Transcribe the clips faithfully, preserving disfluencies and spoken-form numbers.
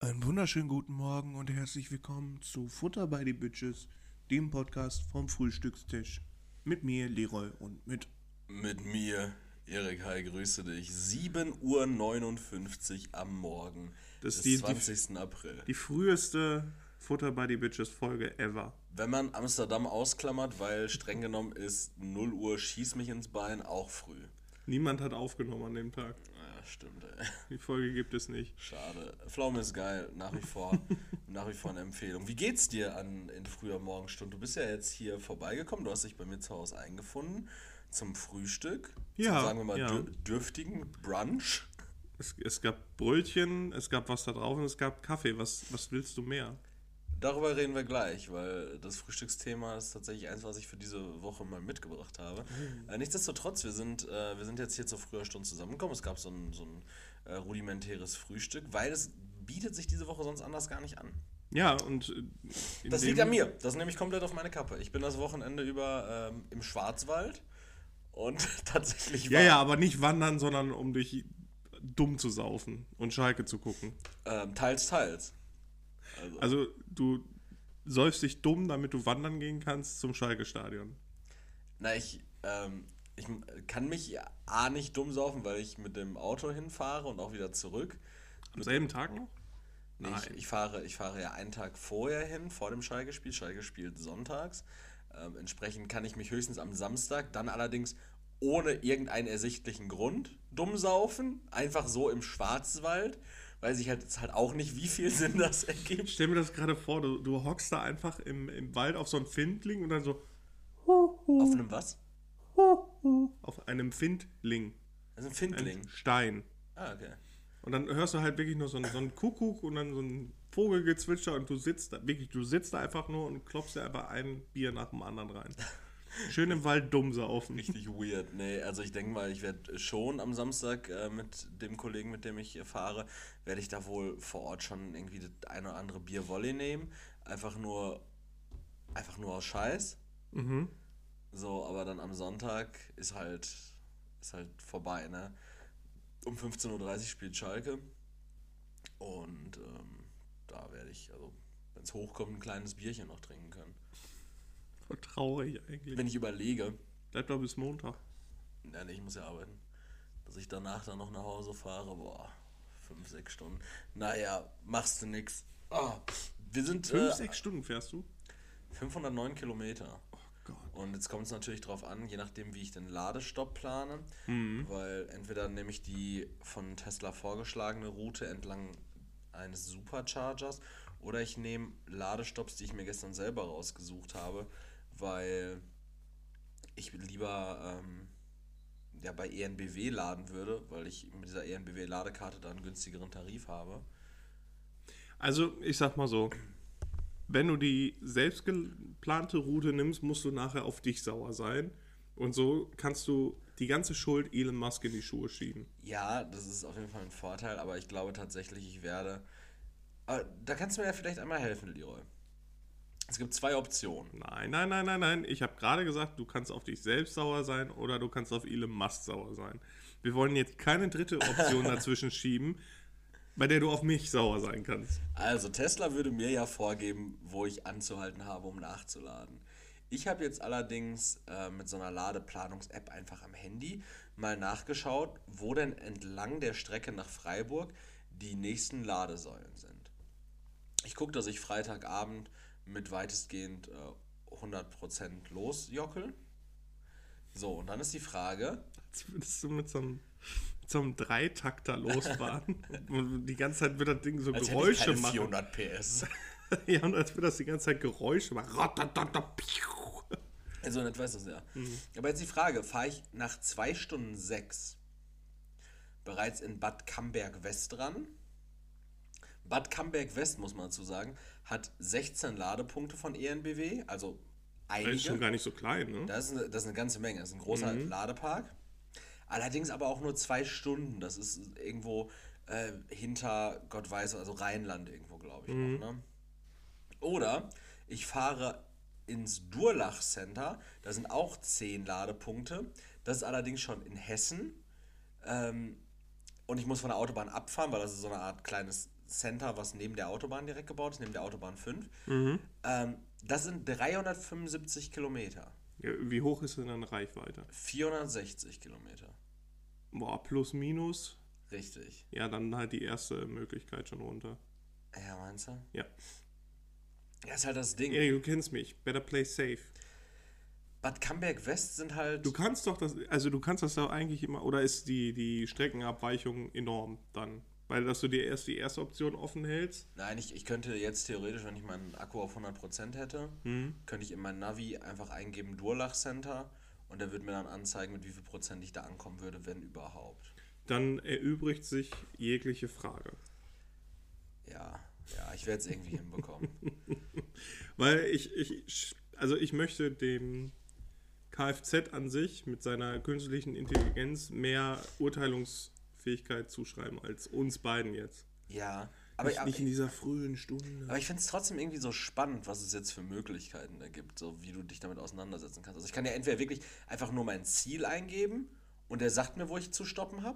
Einen wunderschönen guten Morgen und herzlich willkommen zu Futter bei die Bitches, dem Podcast vom Frühstückstisch. Mit mir, Leroy, und mit... Mit mir, Erik, hi, grüße dich. sieben Uhr neunundfünfzig am Morgen Das ist des die, zwanzigsten die, April. die früheste Futter bei die Bitches Folge ever. Wenn man Amsterdam ausklammert, weil streng genommen ist null Uhr schieß mich ins Bein auch früh. Niemand hat aufgenommen an dem Tag. Ja, stimmt, ey. Die Folge gibt es nicht. Schade. Pflaume ist geil, nach wie vor. nach wie vor eine Empfehlung. Wie geht's dir an in früher Morgenstunde? Du bist ja jetzt hier vorbeigekommen, du hast dich bei mir zu Hause eingefunden zum Frühstück. Ja, Zum, sagen wir mal, ja. dür- dürftigen Brunch. Es, es gab Brötchen, es gab was da drauf und es gab Kaffee. Was, was willst du mehr? Darüber reden wir gleich, weil das Frühstücksthema ist tatsächlich eins, was ich für diese Woche mal mitgebracht habe. Äh, nichtsdestotrotz, wir sind, äh, wir sind jetzt hier zur früher Stunde zusammengekommen. Es gab so ein, so ein äh, rudimentäres Frühstück, weil es bietet sich diese Woche sonst anders gar nicht an. Ja, und... äh, in Das dem- liegt an mir. Das nehme ich komplett auf meine Kappe. Ich bin das Wochenende über ähm, im Schwarzwald und tatsächlich Ja, war ja, aber nicht wandern, sondern um dich dumm zu saufen und Schalke zu gucken. ähm, teils, teils. Also, Also du säufst dich dumm, damit du wandern gehen kannst zum Schalke-Stadion. na, ich, ähm, ich kann mich A nicht dumm saufen, weil ich mit dem Auto hinfahre und auch wieder zurück. Am selben Tag noch? Nee, ich, Nein. ich, fahre, ich fahre ja einen Tag vorher hin, vor dem Schalke-Spiel. Schalke spielt sonntags. Ähm, entsprechend kann ich mich höchstens am Samstag, dann allerdings ohne irgendeinen ersichtlichen Grund dumm saufen. Einfach so im Schwarzwald. Weiß ich halt jetzt halt auch nicht, wie viel Sinn das Ich ergibt. stell mir das gerade vor, du, du hockst da einfach im, im Wald auf so einem Findling und dann so Auf einem was? auf einem Findling, Das ist ein ein Findling. Stein. Ah, okay. Und dann hörst du halt wirklich nur so einen, so einen Kuckuck und dann so ein Vogelgezwitscher und du sitzt da, wirklich, du sitzt da einfach nur und klopfst dir einfach ein Bier nach dem anderen rein. Schön im Wald dumm saufen. Richtig weird. Nee, also ich denke mal, ich werde schon am Samstag äh, mit dem Kollegen, mit dem ich äh, fahre, werde ich da wohl vor Ort schon irgendwie das eine oder andere Bier Volley nehmen. Einfach nur, einfach nur aus Scheiß. Mhm. So, aber dann am Sonntag ist halt, ist halt vorbei, ne? Um fünfzehn Uhr dreißig spielt Schalke. Und ähm, da werde ich, also wenn es hochkommt, ein kleines Bierchen noch trinken können. Voll traurig eigentlich. Wenn ich überlege, Bleib doch bis Montag. ja, nee, ich muss ja arbeiten, dass ich danach dann noch nach Hause fahre, boah, fünf, sechs Stunden. Naja, machst du nix. Ah, wir sind Fünf, äh, sechs Stunden fährst du? fünfhundertneun Kilometer. Oh Gott. Und jetzt kommt es natürlich drauf an, je nachdem, wie ich den Ladestopp plane, Mhm. weil entweder nehme ich die von Tesla vorgeschlagene Route entlang eines Superchargers oder ich nehme Ladestopps, die ich mir gestern selber rausgesucht habe, weil ich lieber ähm, ja, bei E N B W laden würde, weil ich mit dieser E N B W-Ladekarte da einen günstigeren Tarif habe. Also, ich sag mal so, wenn du die selbst geplante Route nimmst, musst du nachher auf dich sauer sein. Und so kannst du die ganze Schuld Elon Musk in die Schuhe schieben. Ja, das ist auf jeden Fall ein Vorteil, aber ich glaube tatsächlich, ich werde... Aber da kannst du mir ja vielleicht einmal helfen, Leroy. Es gibt zwei Optionen. Nein, nein, nein, nein, nein. Ich habe gerade gesagt, du kannst auf dich selbst sauer sein oder du kannst auf Elon Musk sauer sein. Wir wollen jetzt keine dritte Option dazwischen schieben, bei der du auf mich sauer sein kannst. Also, Tesla würde mir ja vorgeben, wo ich anzuhalten habe, um nachzuladen. Ich habe jetzt allerdings äh, mit so einer Ladeplanungs-App einfach am Handy mal nachgeschaut, wo denn entlang der Strecke nach Freiburg die nächsten Ladesäulen sind. Ich gucke, dass ich Freitagabend mit weitestgehend äh, hundert Prozent losjockel. So, und dann ist die Frage, Als würdest du mit so einem, mit so einem Dreitakter losfahren. Und die ganze Zeit wird das Ding so als hätte ich Geräusche keine machen. vierhundert P S. Ja, und als würde das die ganze Zeit Geräusche machen. Also in etwa ist das ja. Aber jetzt die Frage, fahre ich nach zwei Stunden sechs bereits in Bad Camberg-West dran? Bad Camberg-West, muss man dazu sagen, hat sechzehn Ladepunkte von E N B W, also Das ist schon einige. gar nicht so klein, ne? Das ist eine, das ist eine ganze Menge, das ist ein großer Ladepark. Allerdings aber auch nur zwei Stunden, das ist irgendwo äh, hinter, Gott weiß, also Rheinland irgendwo, glaube ich noch, ne? Oder ich fahre ins Durlach Center, da sind auch zehn Ladepunkte. Das ist allerdings schon in Hessen. Ähm, und ich muss von der Autobahn abfahren, weil das ist so eine Art kleines Center, was neben der Autobahn direkt gebaut ist, neben der Autobahn fünf. Mhm. Ähm, das sind dreihundertfünfundsiebzig Kilometer. Ja, wie hoch ist denn deine Reichweite? vierhundertsechzig Kilometer. Boah, plus minus. Richtig. Ja, dann halt die erste Möglichkeit schon runter. Ja, meinst du? Ja. Ja, ist halt das Ding. Erik, du kennst mich. Better play safe. Bad Camberg West sind halt... Du kannst doch das, also du kannst das doch eigentlich immer, oder ist die, die Streckenabweichung enorm dann? Weil, dass du dir erst die erste Option offen hältst? Nein, ich, ich könnte jetzt theoretisch, wenn ich meinen Akku auf hundert Prozent hätte, Mhm. könnte ich in mein Navi einfach eingeben Durlach Center und der würde mir dann anzeigen, mit wie viel Prozent ich da ankommen würde, wenn überhaupt. Dann erübrigt sich jegliche Frage. Ja, ja, ich werde es irgendwie hinbekommen. Weil ich, ich, also ich möchte dem Kfz an sich mit seiner künstlichen Intelligenz mehr Urteilungsfähigkeit zuschreiben als uns beiden jetzt. Ja, aber, Nicht, aber, nicht in dieser frühen Stunde. aber ich finde es trotzdem irgendwie so spannend, was es jetzt für Möglichkeiten da gibt, so wie du dich damit auseinandersetzen kannst. Also ich kann ja entweder wirklich einfach nur mein Ziel eingeben und der sagt mir, wo ich zu stoppen habe.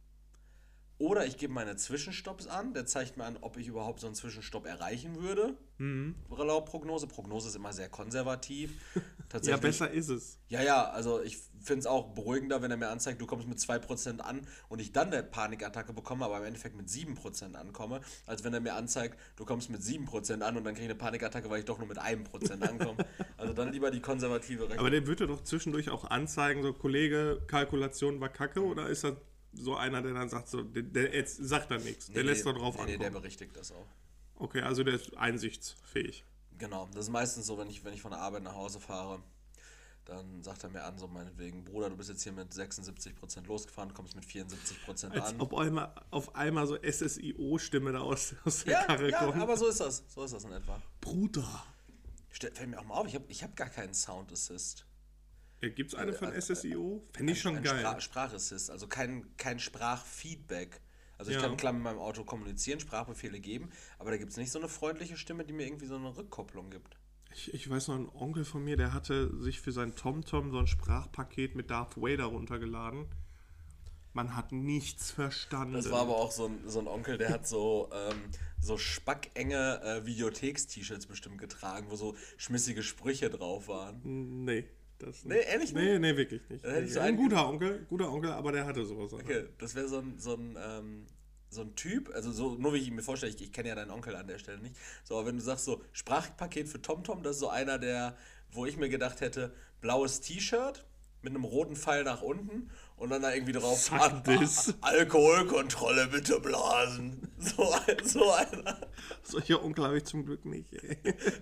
Oder ich gebe meine Zwischenstopps an, der zeigt mir an, ob ich überhaupt so einen Zwischenstopp erreichen würde. Mhm. Laut Prognose. Prognose ist immer sehr konservativ. Ja, besser ist es. Ja, ja, also ich finde es auch beruhigender, wenn er mir anzeigt, du kommst mit zwei Prozent an und ich dann eine Panikattacke bekomme, aber im Endeffekt mit sieben Prozent ankomme, als wenn er mir anzeigt, du kommst mit sieben Prozent an und dann kriege ich eine Panikattacke, weil ich doch nur mit einem Prozent ankomme. Also dann lieber die konservative Rechnung. Aber der würde doch zwischendurch auch anzeigen, so Kollege, Kalkulation war kacke, oder ist das so einer, der dann sagt, so, der, der jetzt sagt dann nichts, der Nee, lässt nee, doch drauf nee, nee, ankommen. der berichtigt das auch. Okay, also der ist einsichtsfähig. Genau, das ist meistens so, wenn ich, wenn ich von der Arbeit nach Hause fahre, dann sagt er mir an, so meinetwegen, Bruder, du bist jetzt hier mit sechsundsiebzig Prozent losgefahren, du kommst mit vierundsiebzig Prozent Als an. ob einmal, auf einmal so S S I O-Stimme da aus, aus der Ja, Karre ja, kommt. aber so ist das, so ist das in etwa. Bruder. Stell, fällt mir auch mal auf, ich habe ich hab gar keinen Sound Assist. Ja, gibt es eine von S S I O? Fände ich schon ein geil. Spra- Sprachassist, also kein, kein Sprachfeedback. Also ich Ja. kann klar mit meinem Auto kommunizieren, Sprachbefehle geben, aber da gibt es nicht so eine freundliche Stimme, die mir irgendwie so eine Rückkopplung gibt. Ich, ich weiß noch, ein Onkel von mir, der hatte sich für sein TomTom so ein Sprachpaket mit Darth Vader runtergeladen. Man hat nichts verstanden. Das war aber auch so ein, so ein Onkel, der hat so, ähm, so spackenge äh, Videotheks-T-Shirts bestimmt getragen, wo so schmissige Sprüche drauf waren. Nee, das Nee, ehrlich nicht? Nee, nee, wirklich nicht. Da hättest du ein einen- guter Onkel, guter Onkel, aber der hatte sowas. Okay, das wäre so ein, so ein, ähm, so ein Typ, also so, nur wie ich ihn mir vorstelle, ich, ich kenne ja deinen Onkel an der Stelle nicht, so, aber wenn du sagst so, Sprachpaket für TomTom, das ist so einer, der, wo ich mir gedacht hätte, blaues T-Shirt mit einem roten Pfeil nach unten und dann da irgendwie drauf, Fuck Al- this. Alkoholkontrolle bitte blasen. So, ein- so einer. Solche Onkel habe ich zum Glück nicht, ey.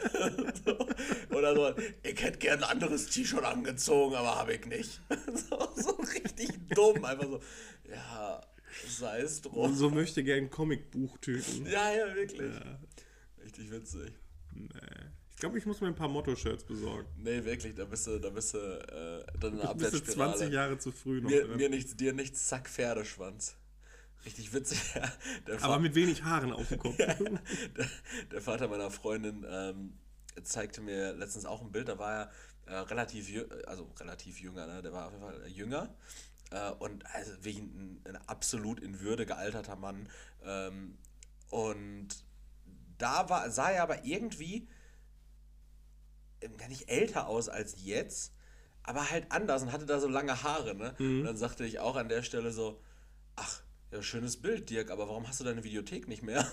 Oder so, ich hätte gern ein anderes T-Shirt angezogen, aber habe ich nicht. So, so richtig dumm, einfach so, ja, sei es Und drum. so möchte gern Comicbuchtüten. Ja, ja, wirklich. Ja. Richtig witzig. Nee. Ich glaube, ich muss mir ein paar Motto-Shirts besorgen. Nee, wirklich, da bist du, da bist du äh, dann eine Du bist jetzt Abwärtsspirale. zwanzig Jahre zu früh noch Mir, drin. mir nichts, dir nichts, zack, Pferdeschwanz. Richtig witzig. Der, Aber Fa- mit wenig Haaren auf dem Kopf. der, der Vater meiner Freundin ähm, zeigte mir letztens auch ein Bild, da war er äh, relativ, jü- also relativ jünger, ne? Der war auf jeden Fall jünger. Äh, und also wirklich ein, ein absolut in Würde gealterter Mann. Ähm, und da war, sah er aber irgendwie ja nicht älter aus als jetzt, aber halt anders und hatte da so lange Haare, ne? Und dann sagte ich auch an der Stelle so, ach, ja, schönes Bild, Dirk, aber warum hast du deine Videothek nicht mehr?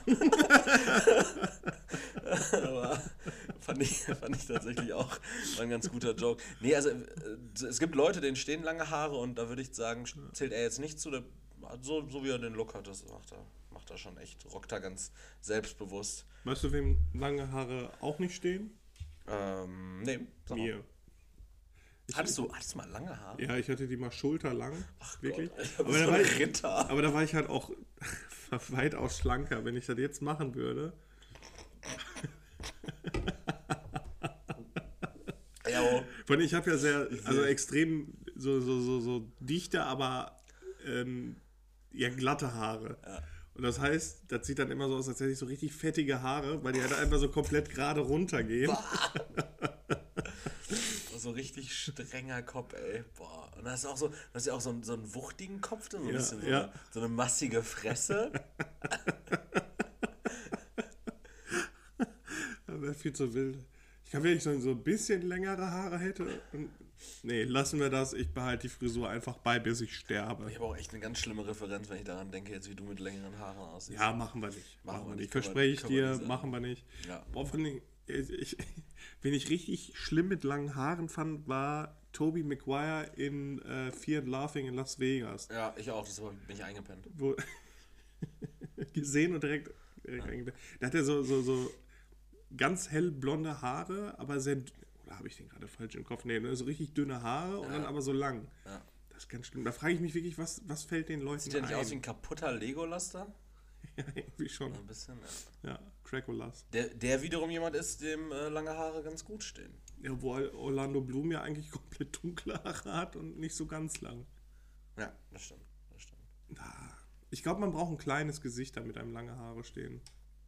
Aber fand ich, fand ich tatsächlich auch war ein ganz guter Joke. Nee, also äh, es gibt Leute, denen stehen lange Haare und da würde ich sagen, zählt er jetzt nicht zu, der, so, so wie er den Look hat, das macht er, macht er schon echt, rockt er ganz selbstbewusst. Weißt du, wem lange Haare auch nicht stehen? Ähm, nee, sag mal. Mir. Ich, Hattest du, hattest du mal lange Haare? Ja, ich hatte die mal schulterlang. Ach wirklich. Gott, ich hab aber, so da war einen ich, Ritter. aber da war ich halt auch weitaus schlanker. Wenn ich das jetzt machen würde. Ja, oh. Von ich habe ja sehr, also extrem so, so, so, so dichte, aber ähm, ja, glatte Haare. Ja. Und das heißt, das sieht dann immer so aus, als hätte ich so richtig fettige Haare, weil die halt einfach so komplett gerade runtergehen. So so richtig strenger Kopf, ey. Boah. Und da hast du auch so, da hast du auch so einen, so einen wuchtigen Kopf, so ein Ja, bisschen so, ja. eine, so eine massige Fresse. Das wäre viel zu wild. Ich glaube, wenn ich so so ein bisschen längere Haare hätte. Und, nee, lassen wir das. Ich behalte die Frisur einfach bei, bis ich sterbe. Ich habe auch echt eine ganz schlimme Referenz, wenn ich daran denke, jetzt wie du mit längeren Haaren aussiehst. Ja, machen wir nicht. Machen wir Machen wir nicht. nicht. Können wir- Verspreche ich können wir dir, nicht sagen. machen wir nicht. Ja. Boah, von den, ich, ich, wen ich richtig schlimm mit langen Haaren fand, war Tobey Maguire in äh, Fear and Laughing in Las Vegas. Ja, ich auch, deshalb bin ich eingepennt. Wo gesehen und direkt, direkt eingepennt. Da hat er so, so, so ganz hell blonde Haare, aber sehr, oder habe ich den gerade falsch im Kopf? Nee, ne, so richtig dünne Haare und Ja. dann aber so lang. Ja. Das ist ganz schlimm. Da frage ich mich wirklich, was, was fällt den Leuten Sieht der nicht ein? aus wie ein kaputter Legolas da? Ja, irgendwie schon. Ein bisschen, ja. Ja, Draculas. Der, der wiederum jemand ist, dem äh, lange Haare ganz gut stehen. Ja, obwohl Orlando Bloom ja eigentlich komplett dunkle Haare hat und nicht so ganz lang. Ja, das stimmt. Das stimmt. Ah, ich glaube, man braucht ein kleines Gesicht, damit einem lange Haare stehen.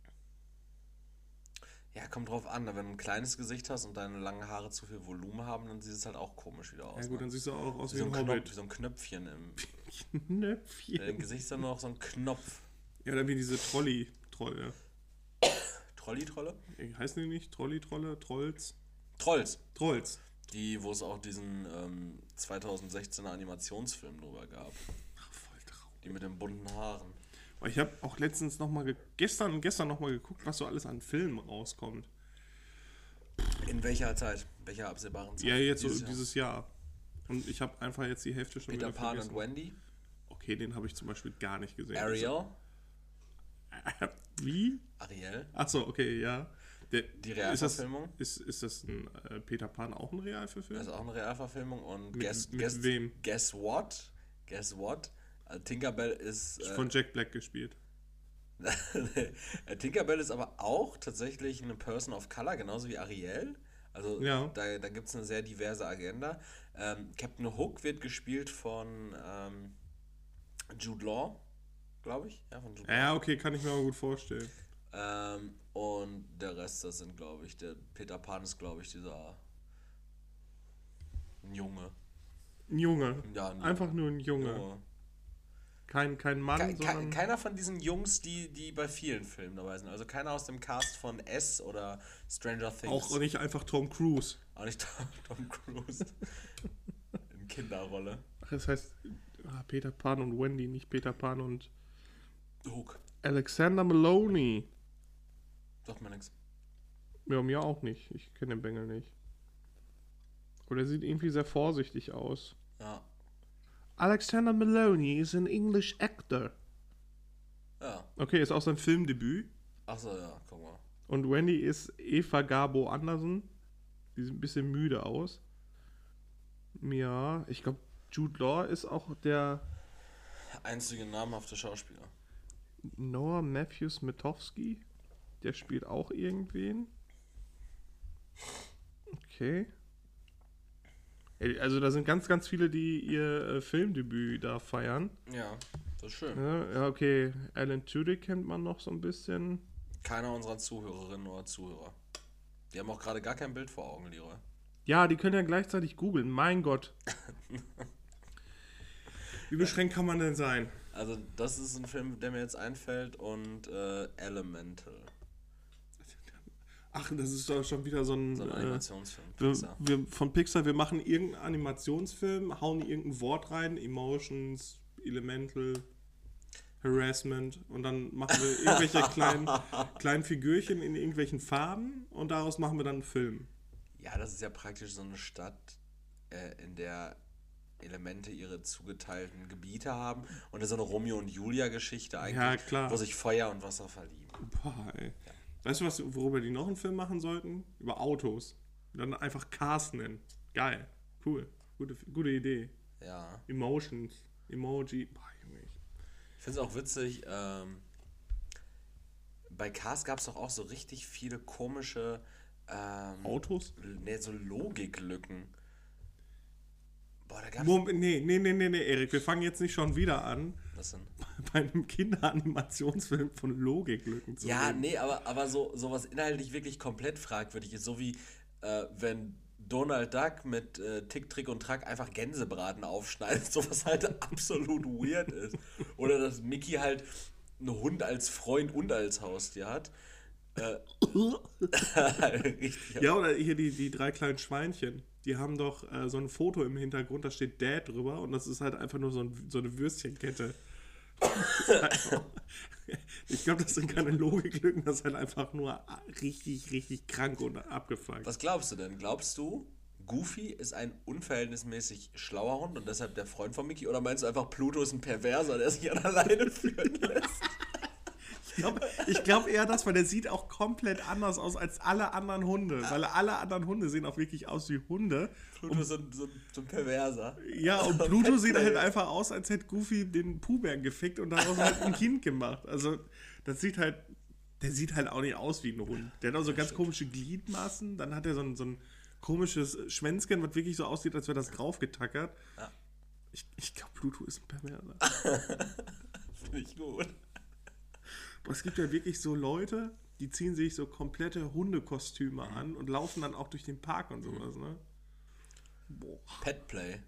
Ja, kommt drauf an. Wenn du ein kleines Gesicht hast und deine langen Haare zu viel Volumen haben, dann sieht es halt auch komisch wieder aus. Ja gut, ne? dann siehst du auch aus wie, wie so ein ein Knopf, Hobbit. wie so ein Knöpfchen im Knöpfchen. Dein Gesicht ist dann nur noch so ein Knopf. Ja, dann wie diese Trolli-Trolle. Trolli-Trolle? Heißen die nicht? Trolli-Trolle? Trolls? Trolls. Trolls. Die, wo es auch diesen ähm, zweitausendsechzehner Animationsfilm drüber gab. Ach, voll traurig. Die mit den bunten Haaren. Ich habe auch letztens nochmal, ge- gestern und gestern nochmal geguckt, was so alles an Filmen rauskommt. In welcher Zeit? Welcher absehbaren Zeit? Ja, jetzt so Dieses Jahr? dieses Jahr. Und ich habe einfach jetzt die Hälfte schon Peter wieder Pan vergessen. und Wendy. Okay, den habe ich zum Beispiel gar nicht gesehen. Ariel. Wie? Ariel. Achso, okay, ja. Der, Die ist das, Realverfilmung. ist, ist das ein äh, Peter Pan auch ein Realverfilm? Das ist auch eine Realverfilmung. Und Mit- guess, mit guess, wem? guess what? Guess what? Also Tinkerbell ist... Äh, Von Jack Black gespielt. Tinkerbell ist aber auch tatsächlich eine Person of Color, genauso wie Ariel. Also Ja. da, da gibt es eine sehr diverse Agenda. Ähm, Captain Hook wird gespielt von ähm, Jude Law, glaube ich. Ja, von Jude Law. Ja, okay, kann ich mir aber gut vorstellen. Ähm, und der Rest, das sind, glaube ich, der Peter Pan ist, glaube ich, dieser ein Junge. Ein Junge. Ja, ein Einfach nur ein Junge. Junge. Kein, kein Mann, Ke ke sondern... keiner von diesen Jungs, die, die bei vielen Filmen dabei sind. Also keiner aus dem Cast von S oder Stranger Things. Auch nicht einfach Tom Cruise. Auch nicht Tom Cruise. In Kinderrolle. Ach, das heißt ah, Peter Pan und Wendy, nicht Peter Pan und Hook. Alexander Maloney. Sagt mir nichts. Ja, mir auch nicht. Ich kenne den Bengel nicht. Oder sieht irgendwie sehr vorsichtig aus. Ja. Alexander Maloney is an English actor. Ja. Okay, ist auch sein Filmdebüt. Achso, ja, guck mal. Und Wendy ist Eva Gabo Andersen. Die sieht ein bisschen müde aus. Ja, ich glaube, Jude Law ist auch der Einzige namhafte Schauspieler. Noah Matthews Mitowski. Der spielt auch irgendwen. Okay. Ey, also da sind ganz, ganz viele, die ihr äh, Filmdebüt da feiern. Ja, das ist schön. Ja, ja, okay. Alan Tudyk kennt man noch so ein bisschen. Keiner unserer Zuhörerinnen oder Zuhörer. Die haben auch gerade gar kein Bild vor Augen, Leroy. Ja, die können ja gleichzeitig googeln. Mein Gott. Wie beschränkt kann man denn sein? Also, das ist ein Film, der mir jetzt einfällt und äh, Elemental. Ach, das ist doch schon wieder so ein... So ein äh, Animationsfilm. wir, Pixar. wir, von Pixar, wir machen irgendeinen Animationsfilm, hauen irgendein Wort rein, Emotions, Elemental, Harassment und dann machen wir irgendwelche kleinen, kleinen Figürchen in irgendwelchen Farben und daraus machen wir dann einen Film. Ja, das ist ja praktisch so eine Stadt, äh, in der Elemente ihre zugeteilten Gebiete haben und so eine Romeo und Julia Geschichte eigentlich, Ja, klar. wo sich Feuer und Wasser verlieben. Boah, ey. Weißt du, was, worüber die noch einen Film machen sollten? Über Autos. Und dann einfach Cars nennen. Geil. Cool. Gute, gute Idee. Ja. Emotions. Emoji. Boah, Junge. Ich finde es auch witzig, ähm, bei Cars gab es doch auch so richtig viele komische ähm, Autos? Nee, so Logiklücken. Boah, da gab's... Moment, nee, nee, nee, nee, nee, Erik, wir fangen jetzt nicht schon wieder an, Was denn? bei einem Kinderanimationsfilm von Logiklücken zu Ja, reden. nee, aber, aber so sowas inhaltlich wirklich komplett fragwürdig ist, so wie äh, wenn Donald Duck mit äh, Tick, Trick und Track einfach Gänsebraten aufschneidet, so was halt absolut weird ist. Oder dass Mickey halt einen Hund als Freund und als Haustier hat. Äh, richtig. Ja, oder hier die, die drei kleinen Schweinchen. Die haben doch äh, so ein Foto im Hintergrund, da steht Dad drüber und das ist halt einfach nur so, ein, so eine Würstchenkette. Ich glaube, das sind keine Logiklücken, das ist halt einfach nur richtig, richtig krank und abgefuckt. Was glaubst du denn? Glaubst du, Goofy ist ein unverhältnismäßig schlauer Hund und deshalb der Freund von Mickey? Oder meinst du einfach, Pluto ist ein Perverser, der sich an alleine führen lässt? Ich glaube ich glaub eher das, weil der sieht auch komplett anders aus als alle anderen Hunde. Weil alle anderen Hunde sehen auch wirklich aus wie Hunde. Pluto ist so, so, so ein Perverser. Ja, und Pluto sieht halt einfach aus, als hätte Goofy den Puhbären gefickt und daraus halt ein Kind gemacht. Also, das sieht halt, der sieht halt auch nicht aus wie ein Hund. Der hat auch so ganz komische Gliedmaßen, dann hat er so ein, so ein komisches Schwänzchen, was wirklich so aussieht, als wäre das draufgetackert. Ja. Ich, ich glaube, Pluto ist ein Perverser. Finde ich gut. Aber es gibt ja wirklich so Leute, die ziehen sich so komplette Hundekostüme mhm. an und laufen dann auch durch den Park und sowas, ne? Boah. Petplay.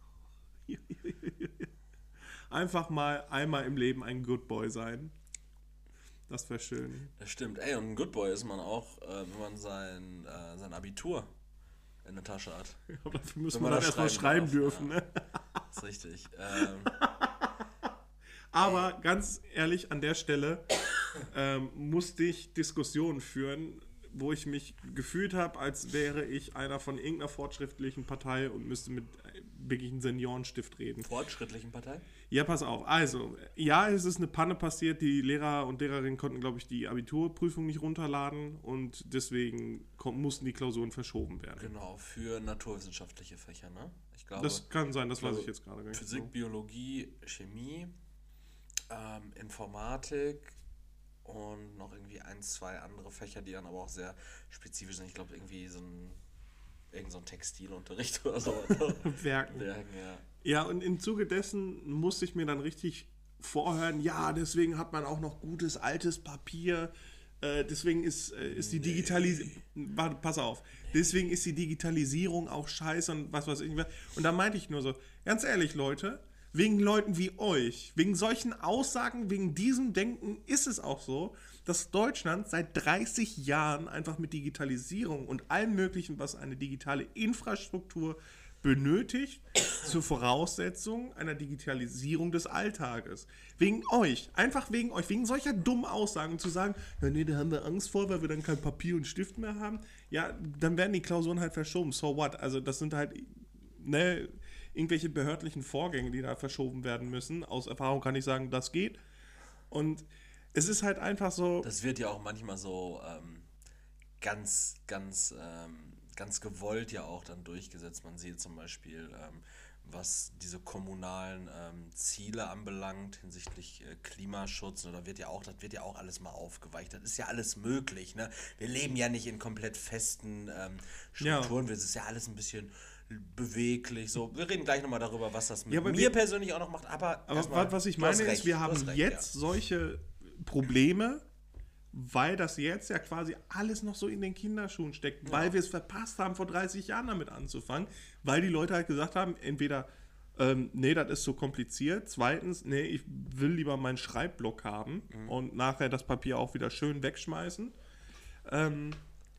Einfach mal einmal im Leben ein Good Boy sein. Das wäre schön. Das stimmt. Ey, und ein Good Boy ist man auch, äh, wenn man sein, äh, sein Abitur in der Tasche hat. Ja, aber dafür müssen wir dann erstmal schreiben, schreiben dürfen, ja. Ne? Das ist richtig. Ähm, Aber ganz ehrlich, an der Stelle ähm, musste ich Diskussionen führen, wo ich mich gefühlt habe, als wäre ich einer von irgendeiner fortschrittlichen Partei und müsste mit wirklich einem Seniorenstift reden. Fortschrittlichen Partei? Ja, pass auf. Also, ja, es ist eine Panne passiert. Die Lehrer und Lehrerinnen konnten, glaube ich, die Abiturprüfung nicht runterladen und deswegen kom- mussten die Klausuren verschoben werden. Genau, für naturwissenschaftliche Fächer, ne? Ich glaube, das kann sein, das ich glaube, weiß ich jetzt gerade gar nicht. Physik, so. Biologie, Chemie, ähm, Informatik und noch irgendwie ein, zwei andere Fächer, die dann aber auch sehr spezifisch sind. Ich glaube, irgendwie so ein, irgend so ein Textilunterricht oder so. Werken. Werken, ja. Ja, und im Zuge dessen musste ich mir dann richtig vorhören, ja, deswegen hat man auch noch gutes, altes Papier, äh, deswegen ist, äh, ist die Digitalisierung, warte, pass auf, deswegen ist die Digitalisierung auch scheiße und was weiß ich. Und da meinte ich nur so, ganz ehrlich, Leute, wegen Leuten wie euch, wegen solchen Aussagen, wegen diesem Denken ist es auch so, dass Deutschland seit dreißig Jahren einfach mit Digitalisierung und allem Möglichen, was eine digitale Infrastruktur benötigt, zur Voraussetzung einer Digitalisierung des Alltages. Wegen euch, einfach wegen euch, wegen solcher dummen Aussagen zu sagen, ja nee, da haben wir Angst vor, weil wir dann kein Papier und Stift mehr haben, ja, dann werden die Klausuren halt verschoben, so what? Also das sind halt, ne, irgendwelche behördlichen Vorgänge, die da verschoben werden müssen. Aus Erfahrung kann ich sagen, das geht. Und es ist halt einfach so... Das wird ja auch manchmal so ähm, ganz, ganz... Ähm ganz gewollt ja auch dann durchgesetzt. Man sieht zum Beispiel, ähm, was diese kommunalen ähm, Ziele anbelangt hinsichtlich äh, Klimaschutz, da wird ja auch, das wird ja auch alles mal aufgeweicht. Das ist ja alles möglich, ne? Wir leben ja nicht in komplett festen ähm, Strukturen, es ja. ist ja alles ein bisschen beweglich. So, wir reden gleich nochmal darüber, was das mit ja, mir wir, persönlich auch noch macht. Aber, aber mal, was ich meine ist, wir haben recht, jetzt ja. solche Probleme, weil das jetzt ja quasi alles noch so in den Kinderschuhen steckt, weil ja. wir es verpasst haben, vor dreißig Jahren damit anzufangen, weil die Leute halt gesagt haben, entweder, ähm, nee, das ist so kompliziert, zweitens, nee, ich will lieber meinen Schreibblock haben mhm. und nachher das Papier auch wieder schön wegschmeißen. Ähm,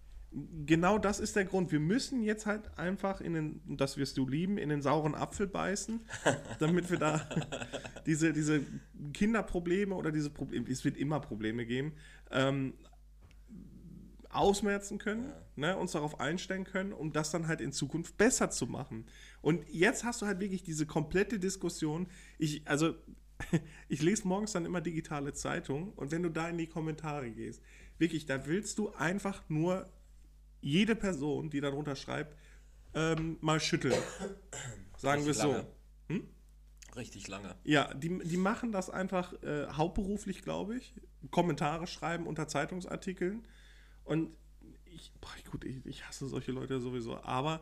genau das ist der Grund. Wir müssen jetzt halt einfach in den, das wirst du lieben, in den sauren Apfel beißen, damit wir da diese, diese Kinderprobleme oder diese Probleme, es wird immer Probleme geben, ähm, ausmerzen können, ja. ne, uns darauf einstellen können, um das dann halt in Zukunft besser zu machen. Und jetzt hast du halt wirklich diese komplette Diskussion. Ich, also, ich lese morgens dann immer digitale Zeitung und wenn du da in die Kommentare gehst, wirklich, da willst du einfach nur jede Person, die darunter schreibt, ähm, mal schütteln. Sagen wir es so. Hm? Richtig lange. Ja, die, die machen das einfach äh, hauptberuflich, glaube ich. Kommentare schreiben unter Zeitungsartikeln. Und ich, boah, gut, ich, ich hasse solche Leute sowieso. Aber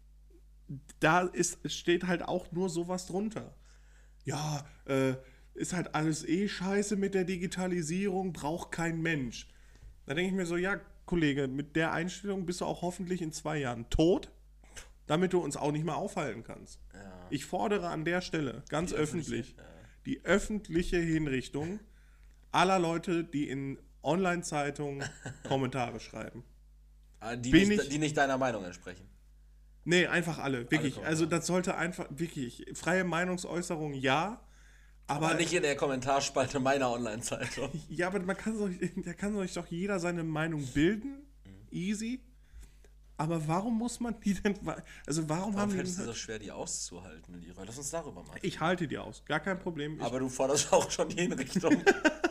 da ist, steht halt auch nur sowas drunter. Ja, äh, ist halt alles eh scheiße mit der Digitalisierung, braucht kein Mensch. Da denke ich mir so, ja, Kollege, mit der Einstellung bist du auch hoffentlich in zwei Jahren tot. damit du uns auch nicht mehr aufhalten kannst. Ja. Ich fordere an der Stelle, ganz Die öffentlich, öffentliche, ja. die öffentliche Hinrichtung aller Leute, die in Online-Zeitungen Kommentare schreiben. Ah, Die Bin nicht, ich- die nicht deiner Meinung entsprechen. Nee, einfach alle, wirklich. Kommentare. Also das sollte einfach, wirklich, freie Meinungsäußerung, ja, aber, Aber nicht in der Kommentarspalte meiner Online-Zeitung. ja, aber man kann sich, da kann sich doch jeder seine Meinung bilden, easy. Aber warum muss man die denn, also warum Warum haben fällt es dir die, so schwer, die auszuhalten, Leroy? Lass uns darüber mal. ich halte die aus, gar kein Problem. Ich, Aber du forderst auch schon die Hinrichtung.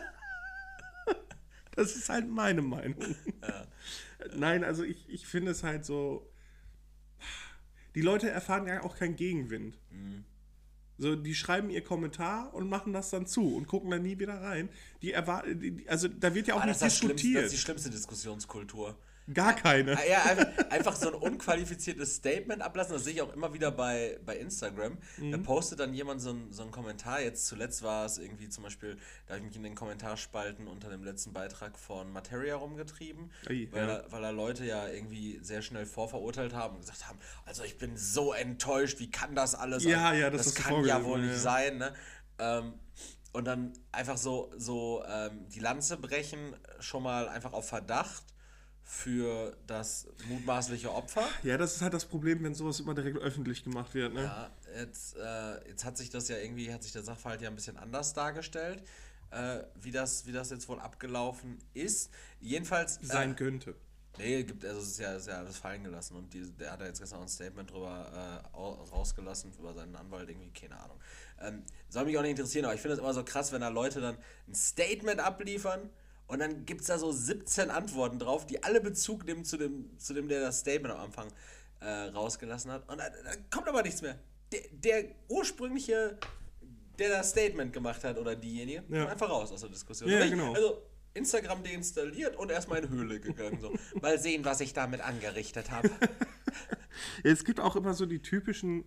das ist halt meine Meinung. Nein, also ich, ich finde es halt so, die Leute erfahren ja auch keinen Gegenwind. Mhm. So, die schreiben ihr Kommentar und machen das dann zu und gucken dann nie wieder rein. Die erwarten, die- also da wird ja auch Ah, nicht das, ist das, Schlimmste, das diskutiert. ist die schlimmste Diskussionskultur. Gar keine. Ah, ja, einfach, einfach so ein unqualifiziertes Statement ablassen. Das sehe ich auch immer wieder bei, bei Instagram. Mhm. Da postet dann jemand so, ein, so einen Kommentar. Jetzt zuletzt war es irgendwie zum Beispiel, da habe ich mich in den Kommentarspalten unter dem letzten Beitrag von Materia rumgetrieben, Ui, weil, ja. da, weil da Leute ja irgendwie sehr schnell vorverurteilt haben und gesagt haben, also ich bin so enttäuscht, wie kann das alles? Ja, ja, das das hast du kann ja vorgelesen, wohl nicht ja. sein. Ne? Ähm, und dann einfach so, so ähm, die Lanze brechen, schon mal einfach auf Verdacht für das mutmaßliche Opfer. Ja, das ist halt das Problem, wenn sowas immer direkt öffentlich gemacht wird. Ne? Ja, jetzt, äh, jetzt hat sich das ja irgendwie, hat sich der Sachverhalt ja ein bisschen anders dargestellt, äh, wie, das, wie das jetzt wohl abgelaufen ist. Jedenfalls. Sein äh, könnte. Nee, gibt, also es ist ja, ist ja alles fallen gelassen und die, der hat ja jetzt gestern auch ein Statement drüber äh, au- rausgelassen, über seinen Anwalt, irgendwie, keine Ahnung. Ähm, soll mich auch nicht interessieren, aber ich finde es immer so krass, wenn da Leute dann ein Statement abliefern und dann gibt es da so siebzehn Antworten drauf, die alle Bezug nehmen zu dem, zu dem der das Statement am Anfang äh, rausgelassen hat. Und da, da kommt aber nichts mehr. Der, der ursprüngliche, der das Statement gemacht hat oder diejenige, Ja. einfach raus aus der Diskussion. Ja, Und ich- genau. Also Instagram deinstalliert und erstmal in Höhle gegangen. So. Mal sehen, was ich damit angerichtet habe. Ja, es gibt auch immer so die typischen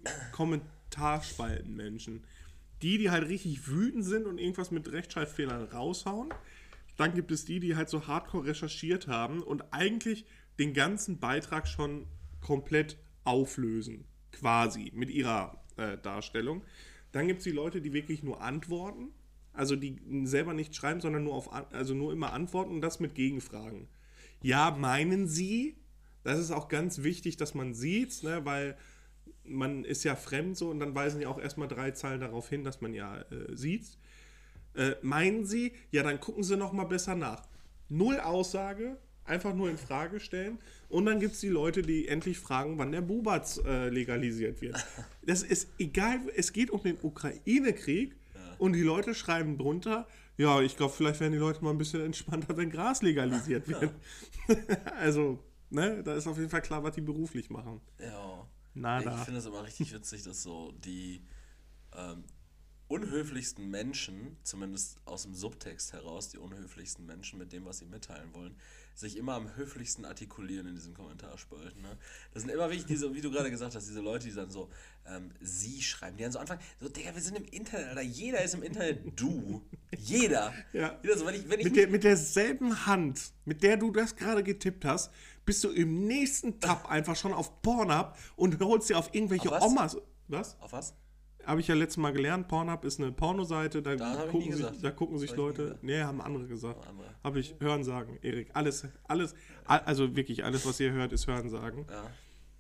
Kommentarspalten-Menschen. Die, die halt richtig wütend sind und irgendwas mit Rechtschreibfehlern raushauen. Dann gibt es die, die halt so hardcore recherchiert haben und eigentlich den ganzen Beitrag schon komplett auflösen. Quasi, mit ihrer äh, Darstellung. Dann gibt es die Leute, die wirklich nur antworten. Also die selber nicht schreiben, sondern nur auf, an- also nur immer antworten und das mit Gegenfragen. Ja, meinen Sie? Das ist auch ganz wichtig, dass man sieht, ne, weil man ist ja fremd so und dann weisen die auch erstmal drei Zeilen darauf hin, dass man ja äh, sieht. Äh, meinen Sie? Ja, dann gucken Sie noch mal besser nach. Null Aussage, einfach nur in Frage stellen. Und dann gibt es die Leute, die endlich fragen, wann der Bubatz äh, legalisiert wird. Das ist egal, es geht um den Ukraine-Krieg und die Leute schreiben drunter, ja, ich glaube, vielleicht werden die Leute mal ein bisschen entspannter, wenn Gras legalisiert wird. Also, ne, da ist auf jeden Fall klar, was die beruflich machen. Ja. Nada. Ich finde es immer richtig witzig, dass so die ähm, unhöflichsten Menschen, zumindest aus dem Subtext heraus, die unhöflichsten Menschen mit dem, was sie mitteilen wollen, sich immer am höflichsten artikulieren in diesen Kommentarspalten. Ne? Das sind immer wirklich diese, wie du gerade gesagt hast, diese Leute, die dann so ähm, sie schreiben, die dann so anfangen, so, Digga, wir sind im Internet, Alter, jeder ist im Internet du. Jeder. Ja. Jeder so, wenn ich, wenn ich Mit, der, mit derselben Hand, mit der du das gerade getippt hast, bist du im nächsten Tab einfach schon auf Pornhub und holst dir auf irgendwelche Auf was? Omas. Was? Auf was? Habe ich ja letztes Mal gelernt. Pornhub ist eine Pornoseite, da, Da hab ich nie gucken, sich, gesagt. da gucken sich Das hab ich nie Leute. gesagt. Nee, haben andere gesagt. Andere. Habe ich Hören sagen, Erik. Alles, alles, all- also wirklich alles, was ihr hört, ist Hören sagen. Ja.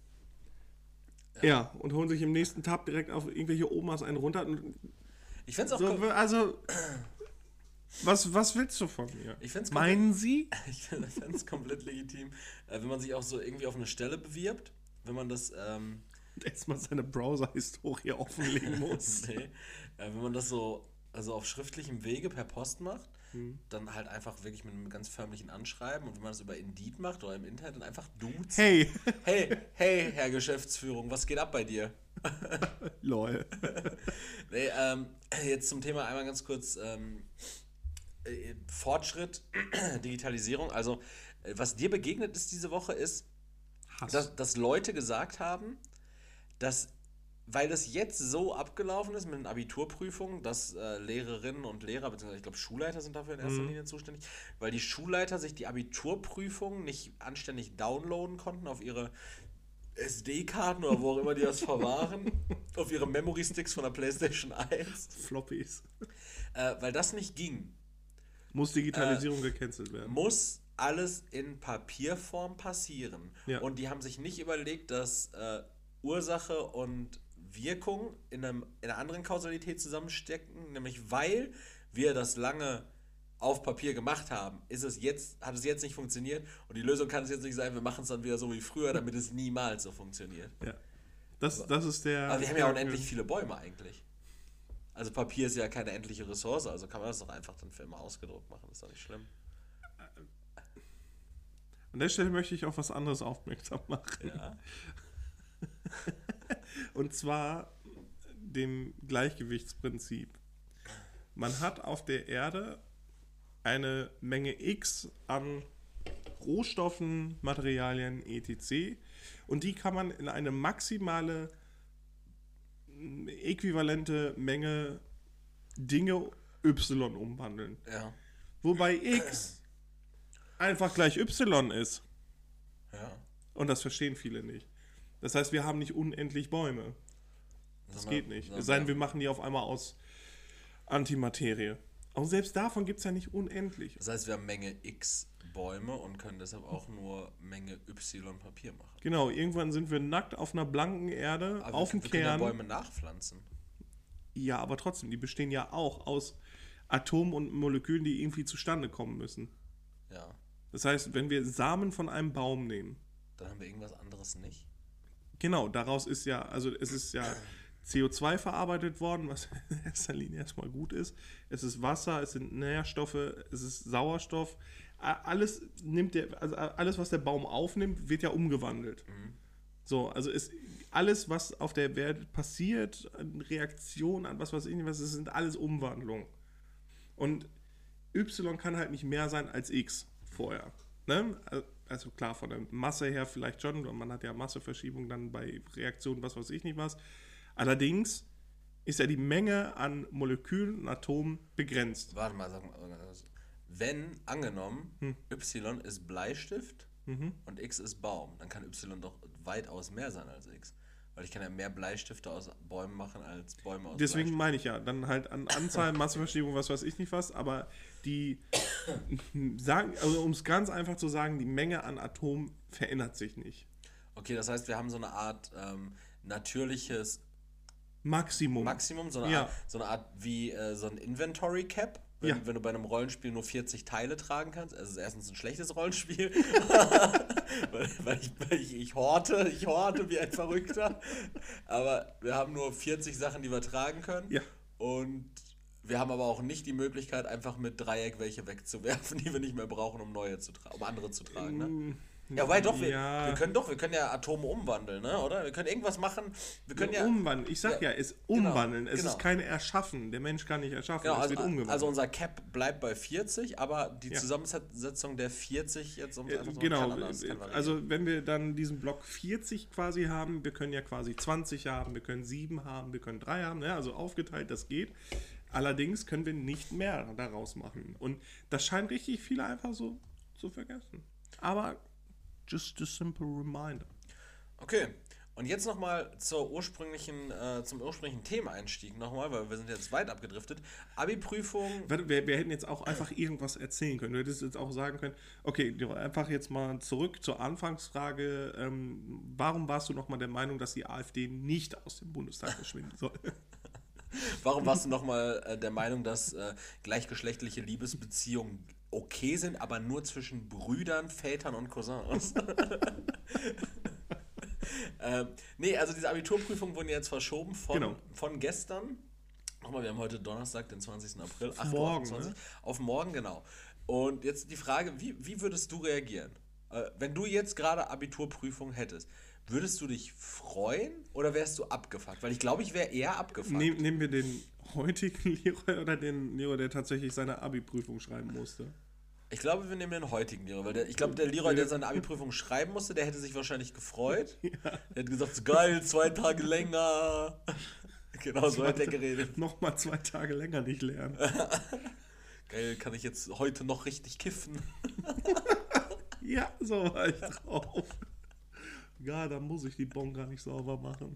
Ja, und holen sich im nächsten Tab direkt auf irgendwelche Omas einen runter. Und Ich find's auch so, cool. also, was, was willst du von mir? Ich find's Meinen Sie? Ich finde es komplett legitim, äh, wenn man sich auch so irgendwie auf eine Stelle bewirbt, wenn man das, ähm, Erstmal seine Browser-Historie offenlegen muss. nee, äh, wenn man das so also auf schriftlichem Wege per Post macht, dann halt einfach wirklich mit einem ganz förmlichen Anschreiben und wenn man das über Indeed macht oder im Internet, dann einfach duzen. Hey, Hey, hey, Herr Geschäftsführung, was geht ab bei dir? lol. Nee, ähm, jetzt zum Thema einmal ganz kurz ähm, äh, Fortschritt, Digitalisierung. Also, äh, was dir begegnet ist diese Woche, ist, Hass. dass, dass Leute gesagt haben, dass, weil das jetzt so abgelaufen ist mit den Abiturprüfungen, dass äh, Lehrerinnen und Lehrer, beziehungsweise ich glaube Schulleiter sind dafür in erster Mhm. Linie zuständig, weil die Schulleiter sich die Abiturprüfungen nicht anständig downloaden konnten auf ihre S D-Karten oder wo auch immer die das verwahren, auf ihre Memory-Sticks von der PlayStation eins. Floppies. Äh, weil das nicht ging. Muss Digitalisierung äh, gecancelt werden. Muss alles in Papierform passieren. Ja. Und die haben sich nicht überlegt, dass äh, Ursache und Wirkung in, einem, in einer anderen Kausalität zusammenstecken, nämlich weil wir das lange auf Papier gemacht haben, ist es jetzt, hat es jetzt nicht funktioniert und die Lösung kann es jetzt nicht sein, wir machen es dann wieder so wie früher, damit es niemals so funktioniert. Ja. Das, das ist der... Aber wir haben ja unendlich viele Bäume eigentlich. Also Papier ist ja keine endliche Ressource, also kann man das doch einfach dann für immer ausgedruckt machen, ist doch nicht schlimm. An der Stelle möchte ich auf was anderes aufmerksam machen. Ja. Und zwar dem Gleichgewichtsprinzip. Man hat auf der Erde eine Menge X an Rohstoffen, Materialien, et cetera. Und die kann man in eine maximale äquivalente Menge Dinge Y umwandeln. Ja. Wobei X einfach gleich Y ist. Ja. Und das verstehen viele nicht. Das heißt, wir haben nicht unendlich Bäume. Das Sondern- geht nicht. sondern- Es sei denn, wir machen die auf einmal aus Antimaterie. Auch selbst davon gibt es ja nicht unendlich. Das heißt, wir haben Menge X Bäume und können deshalb auch nur Menge Y Papier machen. Genau, irgendwann sind wir nackt auf einer blanken Erde, Aber auf wir, dem wir können ja Kern. Bäume nachpflanzen. Ja, aber trotzdem, die bestehen ja auch aus Atomen und Molekülen, die irgendwie zustande kommen müssen. Ja. Das heißt, wenn wir Samen von einem Baum nehmen, Dann haben wir irgendwas anderes nicht. genau, daraus ist ja, also es ist ja C O zwei verarbeitet worden, was in erster Linie erstmal gut ist. Es ist Wasser, es sind Nährstoffe, es ist Sauerstoff. A- Alles nimmt der, also alles, was der Baum aufnimmt, wird ja umgewandelt. Mhm. So, also ist alles, was auf der Welt passiert, an Reaktionen, an was weiß ich nicht was, das sind alles Umwandlungen. Und Y kann halt nicht mehr sein als X vorher. Ne? Also klar, von der Masse her vielleicht schon, und man hat ja Masseverschiebung dann bei Reaktionen, was weiß ich nicht was. Allerdings ist ja die Menge an Molekülen und Atomen begrenzt. Warte mal, sag mal. Wenn, angenommen, Hm. Y ist Bleistift Mhm. und X ist Baum, dann kann Y doch weitaus mehr sein als X. Weil ich kann ja mehr Bleistifte aus Bäumen machen als Bäume aus Deswegen Bleistift. meine ich ja, dann halt an Anzahl, Masseverschiebung, was weiß ich nicht was, aber die sagen, also um es ganz einfach zu sagen, die Menge an Atomen verändert sich nicht. Okay, das heißt, wir haben so eine Art ähm, natürliches Maximum. Maximum, so eine, Ja. Art, so eine Art wie äh, so ein Inventory Cap. Wenn, Ja. wenn du bei einem Rollenspiel nur vierzig Teile tragen kannst, also es ist erstens ein schlechtes Rollenspiel, weil, weil, ich, weil ich, ich horte, ich horte wie ein Verrückter, aber wir haben nur vierzig Sachen, die wir tragen können Ja. und wir haben aber auch nicht die Möglichkeit, einfach mit Dreieck welche wegzuwerfen, die wir nicht mehr brauchen, um neue zu tragen, um andere zu tragen, ne? Ja, weil doch, wir, Ja. wir können doch, wir können ja Atome umwandeln, ne, oder? Wir können irgendwas machen, wir können ja... umwandeln. Ich sag ja, Ja, es umwandeln. genau, es genau. ist keine Erschaffen. Der Mensch kann nicht erschaffen. Genau, es also, wird umgewandelt. also unser Cap bleibt bei vierzig, aber die Ja. Zusammensetzung der vierzig jetzt um Äh, einfach so genau, kann anders, kann variieren. also wenn wir dann diesen Block vierzig quasi haben, wir können ja quasi zwanzig haben, wir können sieben haben, wir können drei haben, ne? Also aufgeteilt, das geht. Allerdings können wir nicht mehr daraus machen. Und das scheint richtig viele einfach so zu vergessen. Aber just a simple reminder. Okay, und jetzt nochmal zur ursprünglichen, äh, zum ursprünglichen Thema-Einstieg nochmal, weil wir sind jetzt weit abgedriftet. Abi-Prüfung, Wir, wir hätten jetzt auch einfach irgendwas erzählen können. Du hättest jetzt auch sagen können, okay, einfach jetzt mal zurück zur Anfangsfrage. Ähm, warum warst du nochmal der Meinung, dass die AfD nicht aus dem Bundestag verschwinden soll? warum warst du nochmal äh, der Meinung, dass äh, gleichgeschlechtliche Liebesbeziehungen okay sind, aber nur zwischen Brüdern, Vätern und Cousins? ähm, nee, also diese Abiturprüfungen wurden jetzt verschoben von, Genau. von gestern. Nochmal, wir haben heute Donnerstag, den zwanzigsten April, Auf morgen, acht Uhr achtundzwanzig, ne? auf morgen, genau. Und jetzt die Frage, wie, wie würdest du reagieren? Äh, wenn du jetzt gerade Abiturprüfung hättest, würdest du dich freuen oder wärst du abgefuckt? Weil ich glaube, ich wäre eher abgefuckt. Nehm, nehmen wir den heutigen Leroy oder den Leroy, der tatsächlich seine Abi-Prüfung schreiben musste? Ich glaube, wir nehmen den heutigen Leroy, weil der, ich glaube, der Leroy, der seine Abi-Prüfung schreiben musste, der hätte sich wahrscheinlich gefreut. Ja. Der hätte gesagt, so, geil, zwei Tage länger. Genau, so hat der geredet. Nochmal zwei Tage länger nicht lernen. Geil, kann ich jetzt heute noch richtig kiffen? Ja, so war ich drauf. Ja, dann muss ich die Bon gar nicht sauber machen.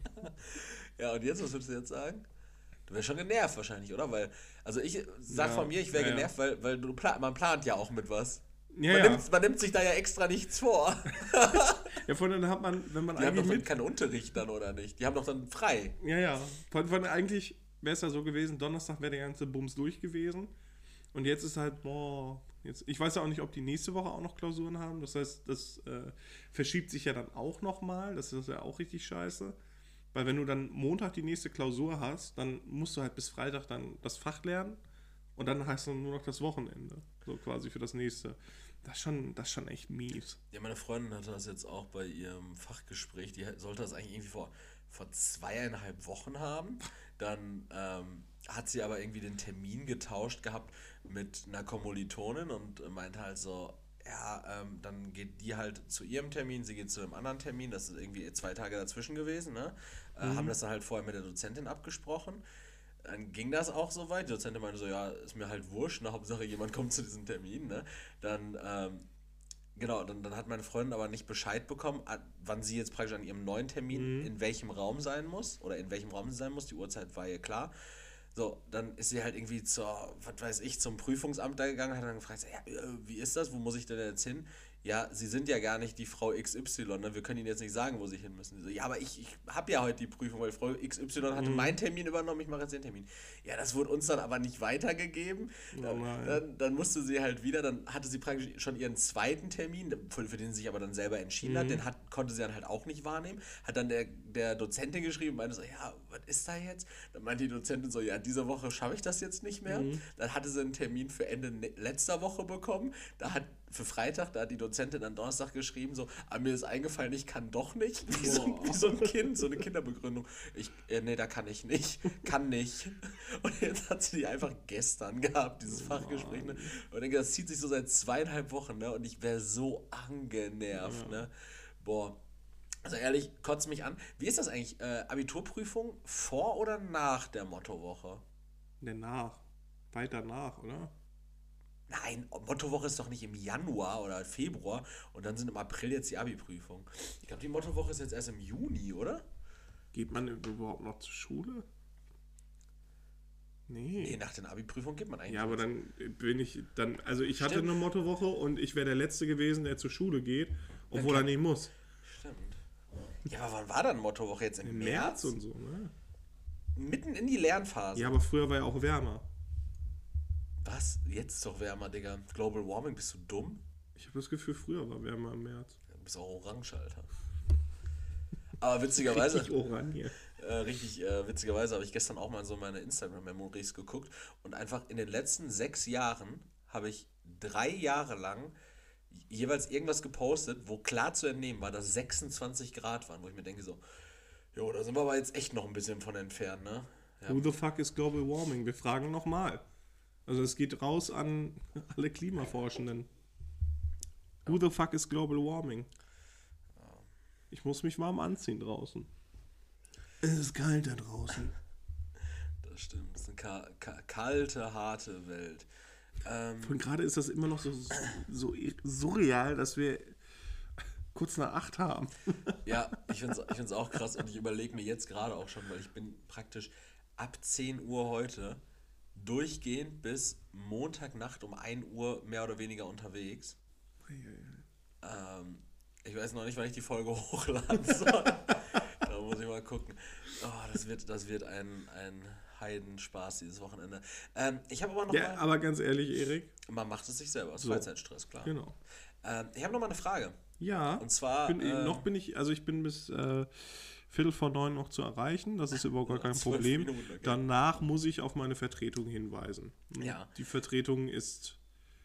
Ja, und jetzt, was würdest du jetzt sagen? Du wärst schon genervt wahrscheinlich, oder? Weil, also ich sag Ja, von mir, ich wäre ja, ja. genervt, weil, weil du pla- man plant ja auch mit was. Ja, Man, ja. nimmt, man nimmt sich da ja extra nichts vor. Ja, von dann hat man, wenn man Die haben eigentlich doch dann mit... keinen Unterricht dann, oder nicht? Die haben doch dann frei. Ja, ja. Von, von eigentlich wäre es ja so gewesen, Donnerstag wäre der ganze Bums durch gewesen. Und jetzt ist halt, boah, jetzt, ich weiß ja auch nicht, ob die nächste Woche auch noch Klausuren haben. Das heißt, das äh, verschiebt sich ja dann auch nochmal. Das ist ja auch richtig scheiße. Weil wenn du dann Montag die nächste Klausur hast, dann musst du halt bis Freitag dann das Fach lernen. Und dann hast du nur noch das Wochenende. So quasi für das nächste. Das ist schon, das ist schon echt mies. Ja, meine Freundin hatte das jetzt auch bei ihrem Fachgespräch. Die sollte das eigentlich irgendwie vor, vor zweieinhalb Wochen haben. Dann ähm, hat sie aber irgendwie den Termin getauscht gehabt mit einer Kommilitonin und meinte halt so, ja, ähm, dann geht die halt zu ihrem Termin, sie geht zu einem anderen Termin, das ist irgendwie zwei Tage dazwischen gewesen, ne? Äh, Mhm. Haben das dann halt vorher mit der Dozentin abgesprochen. Dann ging das auch so weit. Die Dozentin meinte so, ja, ist mir halt wurscht, ne? Hauptsache jemand kommt zu diesem Termin, ne? Dann, ähm, genau, dann, dann hat meine Freundin aber nicht Bescheid bekommen, an- wann sie jetzt praktisch an ihrem neuen Termin Mhm. in welchem Raum sein muss oder in welchem Raum sie sein muss. Die Uhrzeit war ihr klar. So, dann ist sie halt irgendwie zur, was weiß ich, zum Prüfungsamt da gegangen, hat dann gefragt, so, ja, äh, wie ist das, wo muss ich denn jetzt hin? Ja, Sie sind ja gar nicht die Frau X Y, ne? Wir können Ihnen jetzt nicht sagen, wo Sie hin müssen. Sie so, ja, aber ich, ich habe ja heute die Prüfung, weil Frau X Y hatte Mhm. meinen Termin übernommen, ich mache jetzt den Termin. Ja, das wurde uns dann aber nicht weitergegeben. Oh Dann, nein. dann, dann musste sie halt wieder, dann hatte sie praktisch schon ihren zweiten Termin, für, für den sie sich aber dann selber entschieden hat, Mhm. den hat, konnte sie dann halt auch nicht wahrnehmen. Hat dann der, der Dozentin geschrieben, meinte so, ja, was ist da jetzt? Dann meinte die Dozentin so, ja, diese Woche schaffe ich das jetzt nicht mehr. Mhm. Dann hatte sie einen Termin für Ende ne- letzter Woche bekommen. Da hat für Freitag, da hat die Dozentin dann Donnerstag geschrieben, so, ah, mir ist eingefallen, ich kann doch nicht. Wie so, ein- Boah. wie so ein Kind, so eine Kinderbegründung. Ich, äh, nee, da kann ich nicht. Kann nicht. Und jetzt hat sie die einfach gestern gehabt, dieses Fachgespräch. Ne? Und ich denke, das zieht sich so seit zweieinhalb Wochen, ne? Und ich wäre so angenervt, Ja. ne? Boah. Also ehrlich, kotzt mich an. Wie ist das eigentlich? Äh, Abiturprüfung vor oder nach der Mottowoche? Danach. Weiter nach, oder? Nein, Mottowoche ist doch nicht im Januar oder Februar und dann sind im April jetzt die Abi-Prüfung. Ich glaube, die Mottowoche ist jetzt erst im Juni, oder? Geht man überhaupt noch zur Schule? Nee. Nee, nach den Abi-Prüfungen geht man eigentlich. Ja, aber dann bin ich dann, also ich hatte Stimmt. eine Mottowoche und ich wäre der Letzte gewesen, der zur Schule geht, obwohl kann- er nicht muss. Stimmt. Ja, aber wann war dann Mottowoche jetzt? Im, Im März? März und so, ne? Mitten in die Lernphase. Ja, aber früher war ja auch wärmer. Was? Jetzt ist doch wärmer, Digga. Global Warming, bist du dumm? Ich habe das Gefühl, früher war wärmer im März. Du bist auch orange, Alter. Aber witzigerweise, Richtig Oranje. äh, richtig äh, witzigerweise habe ich gestern auch mal so meine Instagram-Memories geguckt und einfach in den letzten sechs Jahren habe ich drei Jahre lang jeweils irgendwas gepostet, wo klar zu entnehmen war, dass sechsundzwanzig Grad waren, wo ich mir denke so, jo, da sind wir aber jetzt echt noch ein bisschen von entfernt, ne? Ja. Who the fuck is Global Warming? Wir fragen nochmal. Also es geht raus an alle Klimaforschenden. Who the fuck is Global Warming? Ich muss mich warm anziehen draußen. Es ist kalt da draußen. Das stimmt, das ist eine ka ka kalte, harte Welt. Ähm, Und gerade ist das immer noch so, so surreal, dass wir kurz nach acht haben. Ja, ich finde es ich find's auch krass und ich überlege mir jetzt gerade auch schon, weil ich bin praktisch ab zehn Uhr heute durchgehend bis Montagnacht um ein Uhr mehr oder weniger unterwegs. Ähm, ich weiß noch nicht, wann ich die Folge hochladen soll. Da muss ich mal gucken. Oh, das wird, das wird ein, ein Heidenspaß dieses Wochenende. Ähm, ich habe aber noch Ja, mal... aber ganz ehrlich, Erik. Man macht es sich selber, das ist So. Freizeitstress, klar. Genau. Ähm, ich habe noch mal eine Frage. Ja. Und zwar... Bin, äh, noch bin ich, also ich bin bis äh, Viertel vor neun noch zu erreichen. Das ist überhaupt gar kein Zwölf Problem. Minuten, okay. Danach muss ich auf meine Vertretung hinweisen. Ja. Die Vertretung ist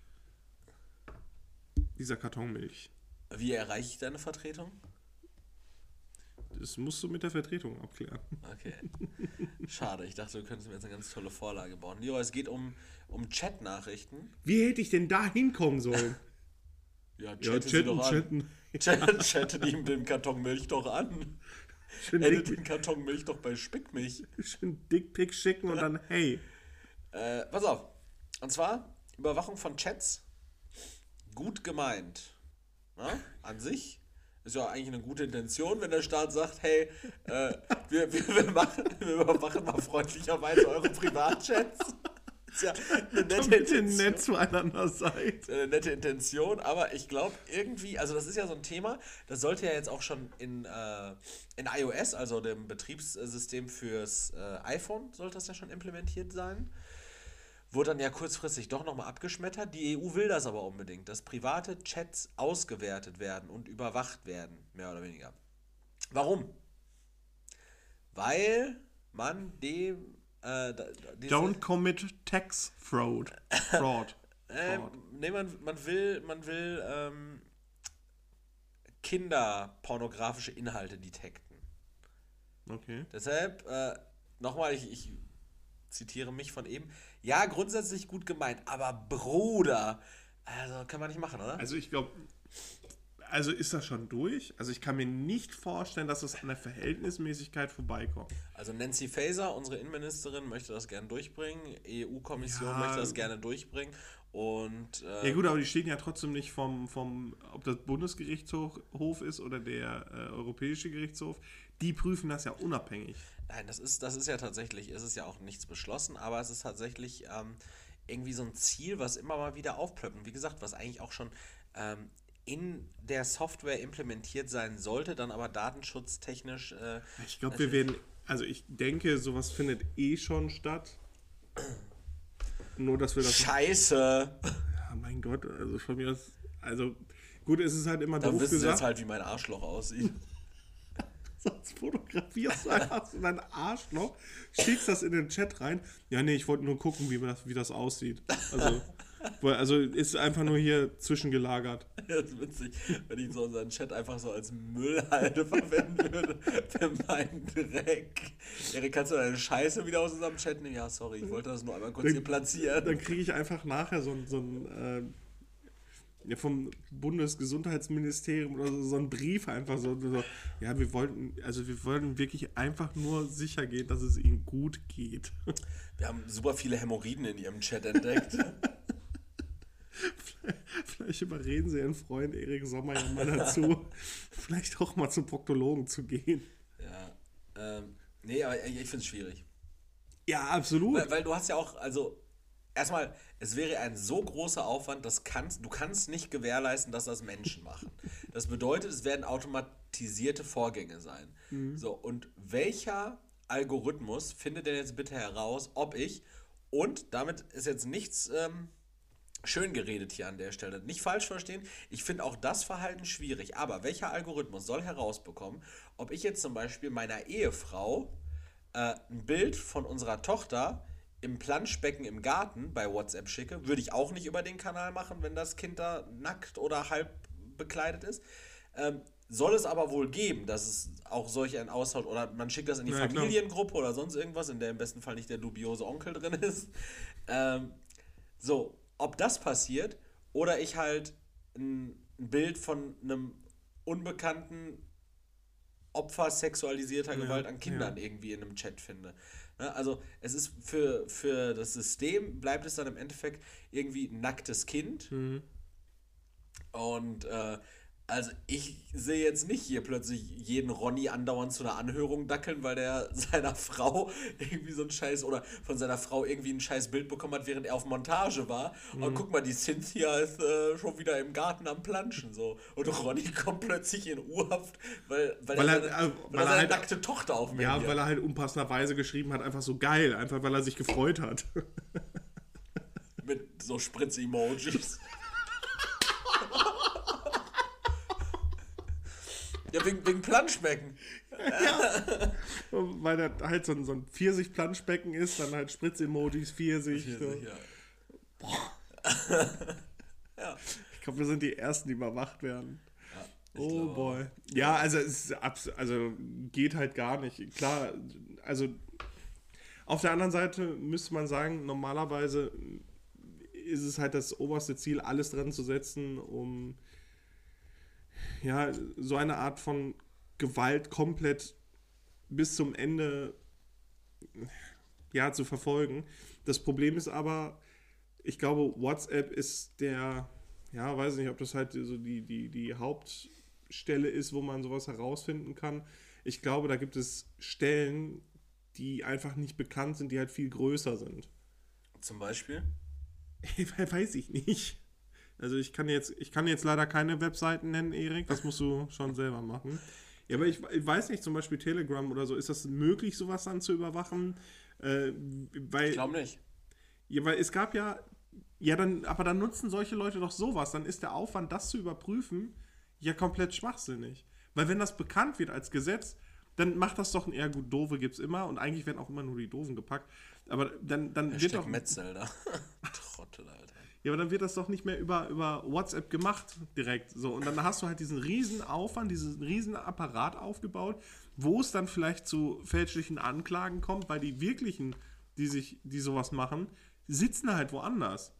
dieser Karton Milch. Wie erreiche ich deine Vertretung? Das musst du mit der Vertretung abklären. Okay. Schade, ich dachte, du könntest mir jetzt eine ganz tolle Vorlage bauen. Leroy, es geht um, um Chat-Nachrichten. Wie hätte ich denn da hinkommen sollen? Ja, Ja, chatten Sie chatten, doch an. chatten. Chatten, chatten ihm den Karton Milch doch an. Schön Edit Dick, den Karton Milch doch bei Spickmilch. schön Dickpick schicken und dann, hey. Äh, pass auf. Und zwar Überwachung von Chats. Gut gemeint. Na? An sich ist ja eigentlich eine gute Intention, wenn der Staat sagt, hey, äh, wir, wir, wir, machen, wir überwachen mal freundlicherweise eure Privatchats. Ist ja eine nette Damit ihr Intention. nett zueinander seid. Eine nette Intention, aber ich glaube irgendwie, also das ist ja so ein Thema, das sollte ja jetzt auch schon in, äh, in iOS, also dem Betriebssystem fürs äh, iPhone, sollte das ja schon implementiert sein. Wurde dann ja kurzfristig doch nochmal abgeschmettert. Die E U will das aber unbedingt, dass private Chats ausgewertet werden und überwacht werden, mehr oder weniger. Warum? Weil man dem Äh, da, diese, Don't commit tax fraud. Fraud. äh, fraud. nee, man, man will, man will ähm, kinderpornografische Inhalte detekten. Okay. Deshalb, äh, nochmal, ich, ich zitiere mich von eben, ja, grundsätzlich gut gemeint, aber Bruder, also kann man nicht machen, oder? Also ich glaube, also ist das schon durch? Also ich kann mir nicht vorstellen, dass es an der Verhältnismäßigkeit vorbeikommt. Also Nancy Faeser, unsere Innenministerin, möchte das gerne durchbringen. E U-Kommission Ja. möchte das gerne durchbringen. Und äh, Ja gut, aber die stehen ja trotzdem nicht vom, vom ob das Bundesgerichtshof ist oder der äh, Europäische Gerichtshof. Die prüfen das ja unabhängig. nein, das ist, das ist ja tatsächlich, es ist ja auch nichts beschlossen, aber es ist tatsächlich ähm, irgendwie so ein Ziel, was immer mal wieder aufploppt. Und wie gesagt, was eigentlich auch schon ähm, in der Software implementiert sein sollte, dann aber datenschutztechnisch. Äh, Ich glaube, wir werden, also ich denke, sowas findet eh schon statt. Nur, dass wir das... Scheiße! Ja, mein Gott, also von mir aus... Also gut, es ist halt immer Dann doof wissen sie gesagt. jetzt halt, wie mein Arschloch aussieht. Sonst fotografierst du einfach so dein Arschloch, schickst das in den Chat rein. Ja, nee, ich wollte nur gucken, wie das, wie das aussieht. Also, also ist einfach nur hier zwischengelagert. Das ist witzig, wenn ich so unseren Chat einfach so als Müllhalde verwenden würde für meinen Dreck. Erik, kannst du deine Scheiße wieder aus unserem Chat nehmen? Ja, sorry, ich wollte das nur einmal kurz Dann- hier platzieren. Dann kriege ich einfach nachher so, ein- so ein äh, ja, vom Bundesgesundheitsministerium oder so, so einen Brief einfach so, so, ja, wir wollten, also wir wollten wirklich einfach nur sicher gehen, dass es ihnen gut geht. Wir haben super viele Hämorrhoiden in ihrem Chat entdeckt. Vielleicht überreden sie ihren Freund Erik Sommer ja mal dazu, vielleicht auch mal zum Proktologen zu gehen. Ja, ähm, nee, aber ich finde es schwierig. Ja, absolut. Weil, weil du hast ja auch, also, erstmal, es wäre ein so großer Aufwand, das kannst, du kannst nicht gewährleisten, dass das Menschen machen. Das bedeutet, es werden automatisierte Vorgänge sein. So, und welcher Algorithmus findet denn jetzt bitte heraus, ob ich, und damit ist jetzt nichts ähm, schön geredet hier an der Stelle, nicht falsch verstehen, ich finde auch das Verhalten schwierig, aber welcher Algorithmus soll herausbekommen, ob ich jetzt zum Beispiel meiner Ehefrau äh, ein Bild von unserer Tochter im Planschbecken im Garten bei WhatsApp schicke, würde ich auch nicht über den Kanal machen, wenn das Kind da nackt oder halb bekleidet ist. Ähm, soll es aber wohl geben, dass es auch solch einen Austausch, oder man schickt das in die Ja, klar. Familiengruppe oder sonst irgendwas, in der im besten Fall nicht der dubiose Onkel drin ist. Ähm, so, ob das passiert oder ich halt ein, ein Bild von einem unbekannten Opfer sexualisierter Ja, Gewalt an Kindern ja. irgendwie in einem Chat finde. Ne? Also es ist für, für das System, bleibt es dann im Endeffekt irgendwie ein nacktes Kind. Mhm. Und äh, also ich sehe jetzt nicht hier plötzlich jeden Ronny andauernd zu einer Anhörung dackeln, weil der seiner Frau irgendwie so ein Scheiß, oder von seiner Frau irgendwie ein scheiß Bild bekommen hat, während er auf Montage war. Mhm. Und guck mal, die Cynthia ist äh, schon wieder im Garten am Planschen. So. Und Ronny kommt plötzlich in Urhaft, weil, weil, Weil er er- seine, äh, weil weil er er seine halt- nackte Tochter auf dem Ja, Handy hat. weil er halt unpassenderweise geschrieben hat, einfach so geil, einfach weil er sich gefreut hat. Mit so Spritz-Emojis. Ja, wegen, wegen Planschbecken. Weil da halt so ein, so ein Pfirsich-Planschbecken ist, dann halt Spritz-Emojis, Pfirsich. So. Ja. Ich glaube, wir sind die Ersten, die überwacht werden. Ich Oh glaube boy. Ja, also es ist abs- also geht halt gar nicht. Klar, also auf der anderen Seite müsste man sagen, normalerweise ist es halt das oberste Ziel, alles dran zu setzen, um ja, so eine Art von Gewalt komplett bis zum Ende ja, zu verfolgen. Das Problem ist aber, ich glaube, WhatsApp ist der, ja, weiß nicht, ob das halt so die, die, die Haupt Stelle ist, wo man sowas herausfinden kann. Ich glaube, da gibt es Stellen, die einfach nicht bekannt sind, die halt viel größer sind. Zum Beispiel? Weiß ich nicht. Also ich kann jetzt, ich kann jetzt leider keine Webseiten nennen, Erik. Das musst du schon selber machen. Ja, aber ich, ich weiß nicht, zum Beispiel Telegram oder so, ist das möglich, sowas dann zu überwachen? Äh, weil, ich glaube nicht. Ja, weil es gab ja, ja dann, aber dann nutzen solche Leute doch sowas. Dann ist der Aufwand, das zu überprüfen, ja komplett schwachsinnig. Weil wenn das bekannt wird als Gesetz, dann macht das doch ein eher gut, Doofe gibt's immer und eigentlich werden auch immer nur die Doofen gepackt. Aber dann, dann wird Hashtag doch... Metzelder. Trottel, Alter. Ja, aber dann wird das doch nicht mehr über, über WhatsApp gemacht direkt. So. Und dann hast du halt diesen riesen Aufwand, diesen riesen Apparat aufgebaut, wo es dann vielleicht zu fälschlichen Anklagen kommt, weil die wirklichen, die sich, die sowas machen, sitzen halt woanders.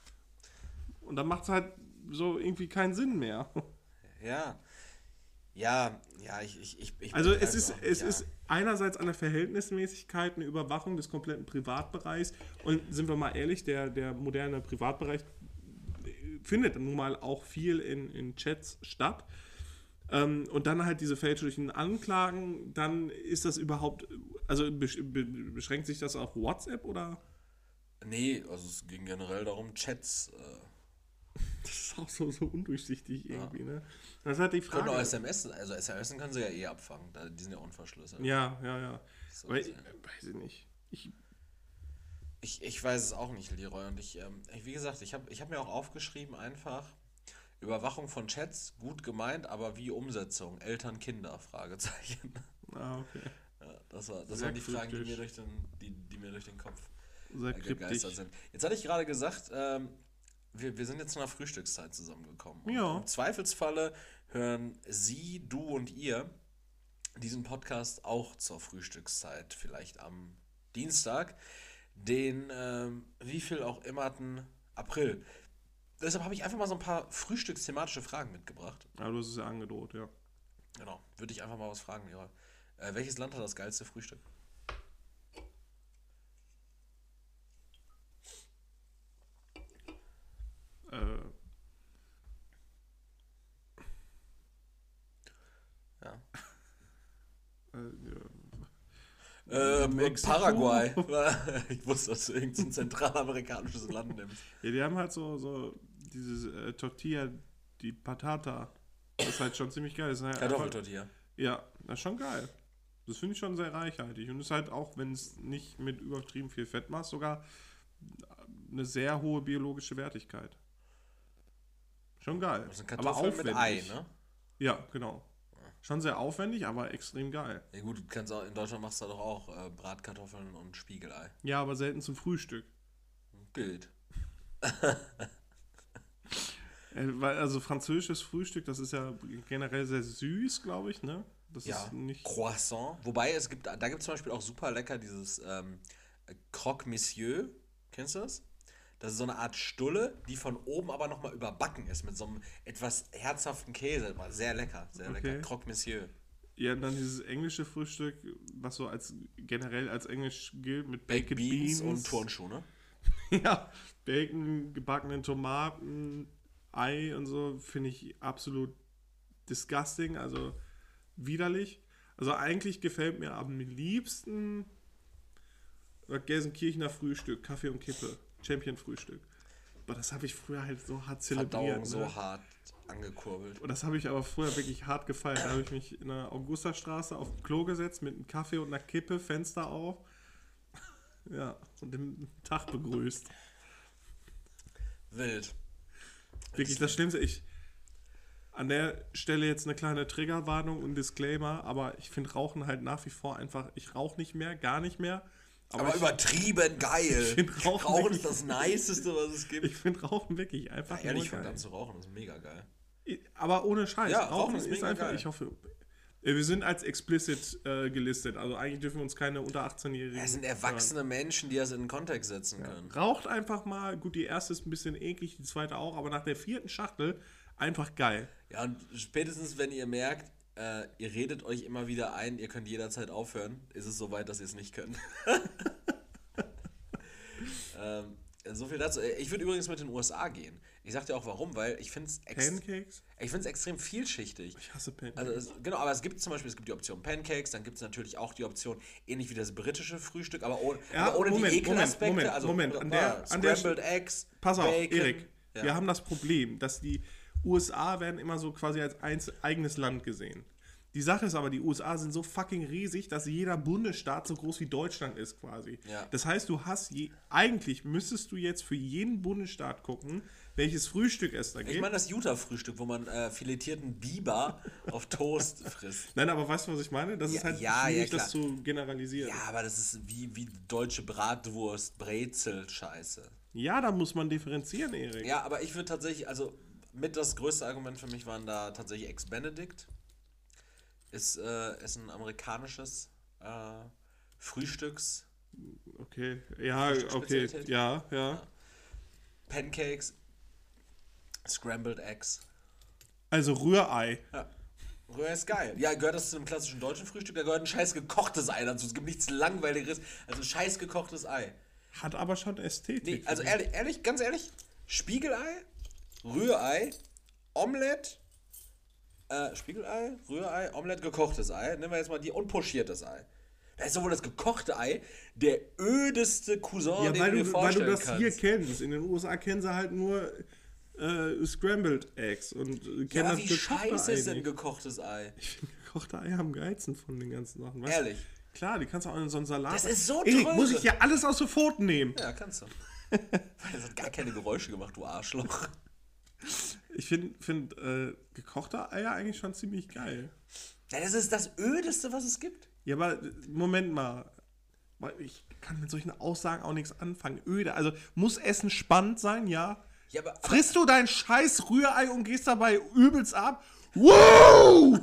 Und dann macht es halt so irgendwie keinen Sinn mehr. Ja. Ja, ja, ich, ich, ich, ich Also es begreife ist, auch nicht, es ja. ist einerseits an der Verhältnismäßigkeit eine Überwachung des kompletten Privatbereichs und sind wir mal ehrlich, der, der moderne Privatbereich findet nun mal auch viel in, in Chats statt. Ähm, und dann halt diese fälschlichen Anklagen, dann ist das überhaupt, also besch- be- beschränkt sich das auf WhatsApp oder? Nee, also es ging generell darum, Chats. Äh, Das ist auch so, so undurchsichtig irgendwie, ne? Das ist halt die können Frage. auch S M S, also S M S können sie ja eh abfangen, da- die sind ja unverschlüsselt. Ja, ja, ja. So Weil, gesehen. weiß ich nicht. Ich, Ich, ich weiß es auch nicht, Leroy. Und ich, ähm, ich wie gesagt, ich habe ich hab mir auch aufgeschrieben, einfach Überwachung von Chats, gut gemeint, aber wie Umsetzung? Eltern, Kinder? Fragezeichen. ah, okay. Ja, das war, das Sehr waren die Fragen, die kryptisch. mir durch den, die, die mir durch den Kopf Sehr äh, kryptisch. gegeistert sind. Jetzt hatte ich gerade gesagt, ähm, wir, wir sind jetzt zu einer Frühstückszeit zusammengekommen. Und Ja. im Zweifelsfalle hören Sie, du und ihr diesen Podcast auch zur Frühstückszeit, vielleicht am Dienstag, den, ähm, wie viel auch immer, April. Deshalb habe ich einfach mal so ein paar frühstücksthematische Fragen mitgebracht. Aber du hast es ja angedroht, ja. Genau, würde ich einfach mal was fragen, Lehrer. Äh, welches Land hat das geilste Frühstück? Äh, Ja. äh, Ähm, in Mexiko? Paraguay. Ich wusste, dass du irgendein zentralamerikanisches Land nimmst. ja, die haben halt so, so dieses äh, Tortilla, die Patata. Das ist halt schon ziemlich geil. Das ist halt einfach, Kartoffeltortilla. ja, das ist schon geil. Das finde ich schon sehr reichhaltig. Und ist halt auch, wenn es nicht mit übertrieben viel Fett macht, sogar eine sehr hohe biologische Wertigkeit. Schon geil. Das sind Aber Kartoffeln mit Ei, aufwendig. ne? Ja, genau. Schon sehr aufwendig, aber extrem geil. Ja gut, du kannst auch, in Deutschland machst du doch auch äh, Bratkartoffeln und Spiegelei. Ja, aber selten zum Frühstück. Gilt. Äh, weil, also französisches Frühstück, das ist ja generell sehr süß, glaube ich, ne? Das Ja, ist nicht. Croissant. Wobei es gibt, da gibt es zum Beispiel auch super lecker dieses ähm, Croque Monsieur. Kennst du das? Das ist so eine Art Stulle, die von oben aber nochmal überbacken ist mit so einem etwas herzhaften Käse. War sehr lecker, sehr Okay. lecker. Croque Monsieur. Ja, dann dieses englische Frühstück, was so als generell als englisch gilt, mit Baked Baked Beans, Beans, und Turnschuh, ne? ja, Bacon, gebackenen Tomaten, Ei und so, finde ich absolut disgusting, also widerlich. Also eigentlich gefällt mir am liebsten das Gelsenkirchener Frühstück, Kaffee und Kippe, Champion-Frühstück. Aber das habe ich früher halt so hart zelebriert. Verdauung Ne? so hart angekurbelt. Und das habe ich aber früher wirklich hart gefeiert. Da habe ich mich in der Augustastraße auf dem Klo gesetzt mit einem Kaffee und einer Kippe, Fenster auf. Ja, und den Tag begrüßt. Wild. Wirklich das Schlimmste. Ich an der Stelle jetzt eine kleine Triggerwarnung und Disclaimer, aber ich finde Rauchen halt nach wie vor einfach, ich rauche nicht mehr, gar nicht mehr. Aber, ich, übertrieben geil. Ich find Rauchen Rauchen wirklich- ist das Niceste, was es gibt. ich finde Rauchen wirklich einfach ja, ehrlich, nur von geil. dann zu rauchen ist mega geil. Aber ohne Scheiß. Ja, Rauchen, Rauchen ist, ist mega einfach, geil. ich hoffe, äh, wir sind als explicit äh, gelistet. Also eigentlich dürfen wir uns keine unter achtzehnjährigen. Es sind erwachsene Menschen, die das in den Kontext setzen können. Raucht einfach mal. Gut, die erste ist ein bisschen eklig, die zweite auch, aber nach der vierten Schachtel einfach geil. Ja, und spätestens, wenn ihr merkt, äh, ihr redet euch immer wieder ein, ihr könnt jederzeit aufhören, ist es soweit, dass ihr es nicht könnt. ähm, So viel dazu. Ich würde übrigens mit den U S A gehen. Ich sag dir auch warum, weil ich finde es ex- Pancakes? ich find's extrem vielschichtig. Ich hasse Pancakes. Also es, genau, aber es gibt zum Beispiel, es gibt die Option Pancakes, dann gibt es natürlich auch die Option, ähnlich wie das britische Frühstück, aber ohne, Ja, aber ohne Moment, die Ekelaspekte. Moment, also Moment, an der- an der- Scrambled Eggs, Pass auf, Bacon. Erik, Ja. wir haben das Problem, dass die U S A werden immer so quasi als ein eigenes Land gesehen. Die Sache ist aber, die U S A sind so fucking riesig, dass jeder Bundesstaat so groß wie Deutschland ist quasi. Ja. Das heißt, du hast je, eigentlich müsstest du jetzt für jeden Bundesstaat gucken, welches Frühstück es da gibt. Ich meine das Utah-Frühstück, wo man äh, filetierten Biber auf Toast frisst. Nein, aber weißt du, was ich meine? Das Ja, ist halt ja, schwierig, ja, das zu generalisieren. Ja, aber das ist wie, wie deutsche Bratwurst, Brezel, Scheiße. Ja, da muss man differenzieren, Erik. Ja, aber ich würde tatsächlich, also mit das größte Argument für mich waren da tatsächlich Eggs Benedict. Ist, äh, ist ein amerikanisches äh, Frühstücks... Okay, ja, okay, Frühstücksspezialität? ja, ja. Pancakes, Scrambled Eggs. Also Rührei. Ja. Rührei ist geil. Ja, gehört das zu einem klassischen deutschen Frühstück? Da gehört ein scheiß gekochtes Ei dazu. Es gibt nichts Langweiligeres als ein scheiß gekochtes Ei. Hat aber schon Ästhetik. Nee, also ehrlich, ehrlich, ganz ehrlich, Spiegelei, Rührei, Omelette, äh, Spiegelei, Rührei, Omelette, gekochtes Ei. Nehmen wir jetzt mal die und pochiertes Ei. Da ist sowohl das gekochte Ei der ödeste Cousin, Ja, den weil du dir du, weil vorstellen du das kannst. hier kennst. In den U S A kennen sie halt nur äh, Scrambled Eggs und äh, kennen Ja, aber das wie gekochte scheiße Ei ist denn nicht. gekochtes Ei? Ich finde gekochte Eier am geilsten von den ganzen Sachen. Weißt? Ehrlich. Klar, die kannst du auch in so einen Salat. Das ist so Erik, dröge. muss ich ja alles aus den Pfoten nehmen? Ja, kannst du. Das hat gar keine Geräusche gemacht, du Arschloch. Ich finde find, äh, gekochte Eier eigentlich schon ziemlich geil. Ja, das ist das ödeste, was es gibt. Ja, aber äh, Moment mal. Weil Ich kann mit solchen Aussagen auch nichts anfangen. Öde. Also muss Essen spannend sein, ja. Ja, aber, Frisst du dein scheiß Rührei und gehst dabei übelst ab? Wow!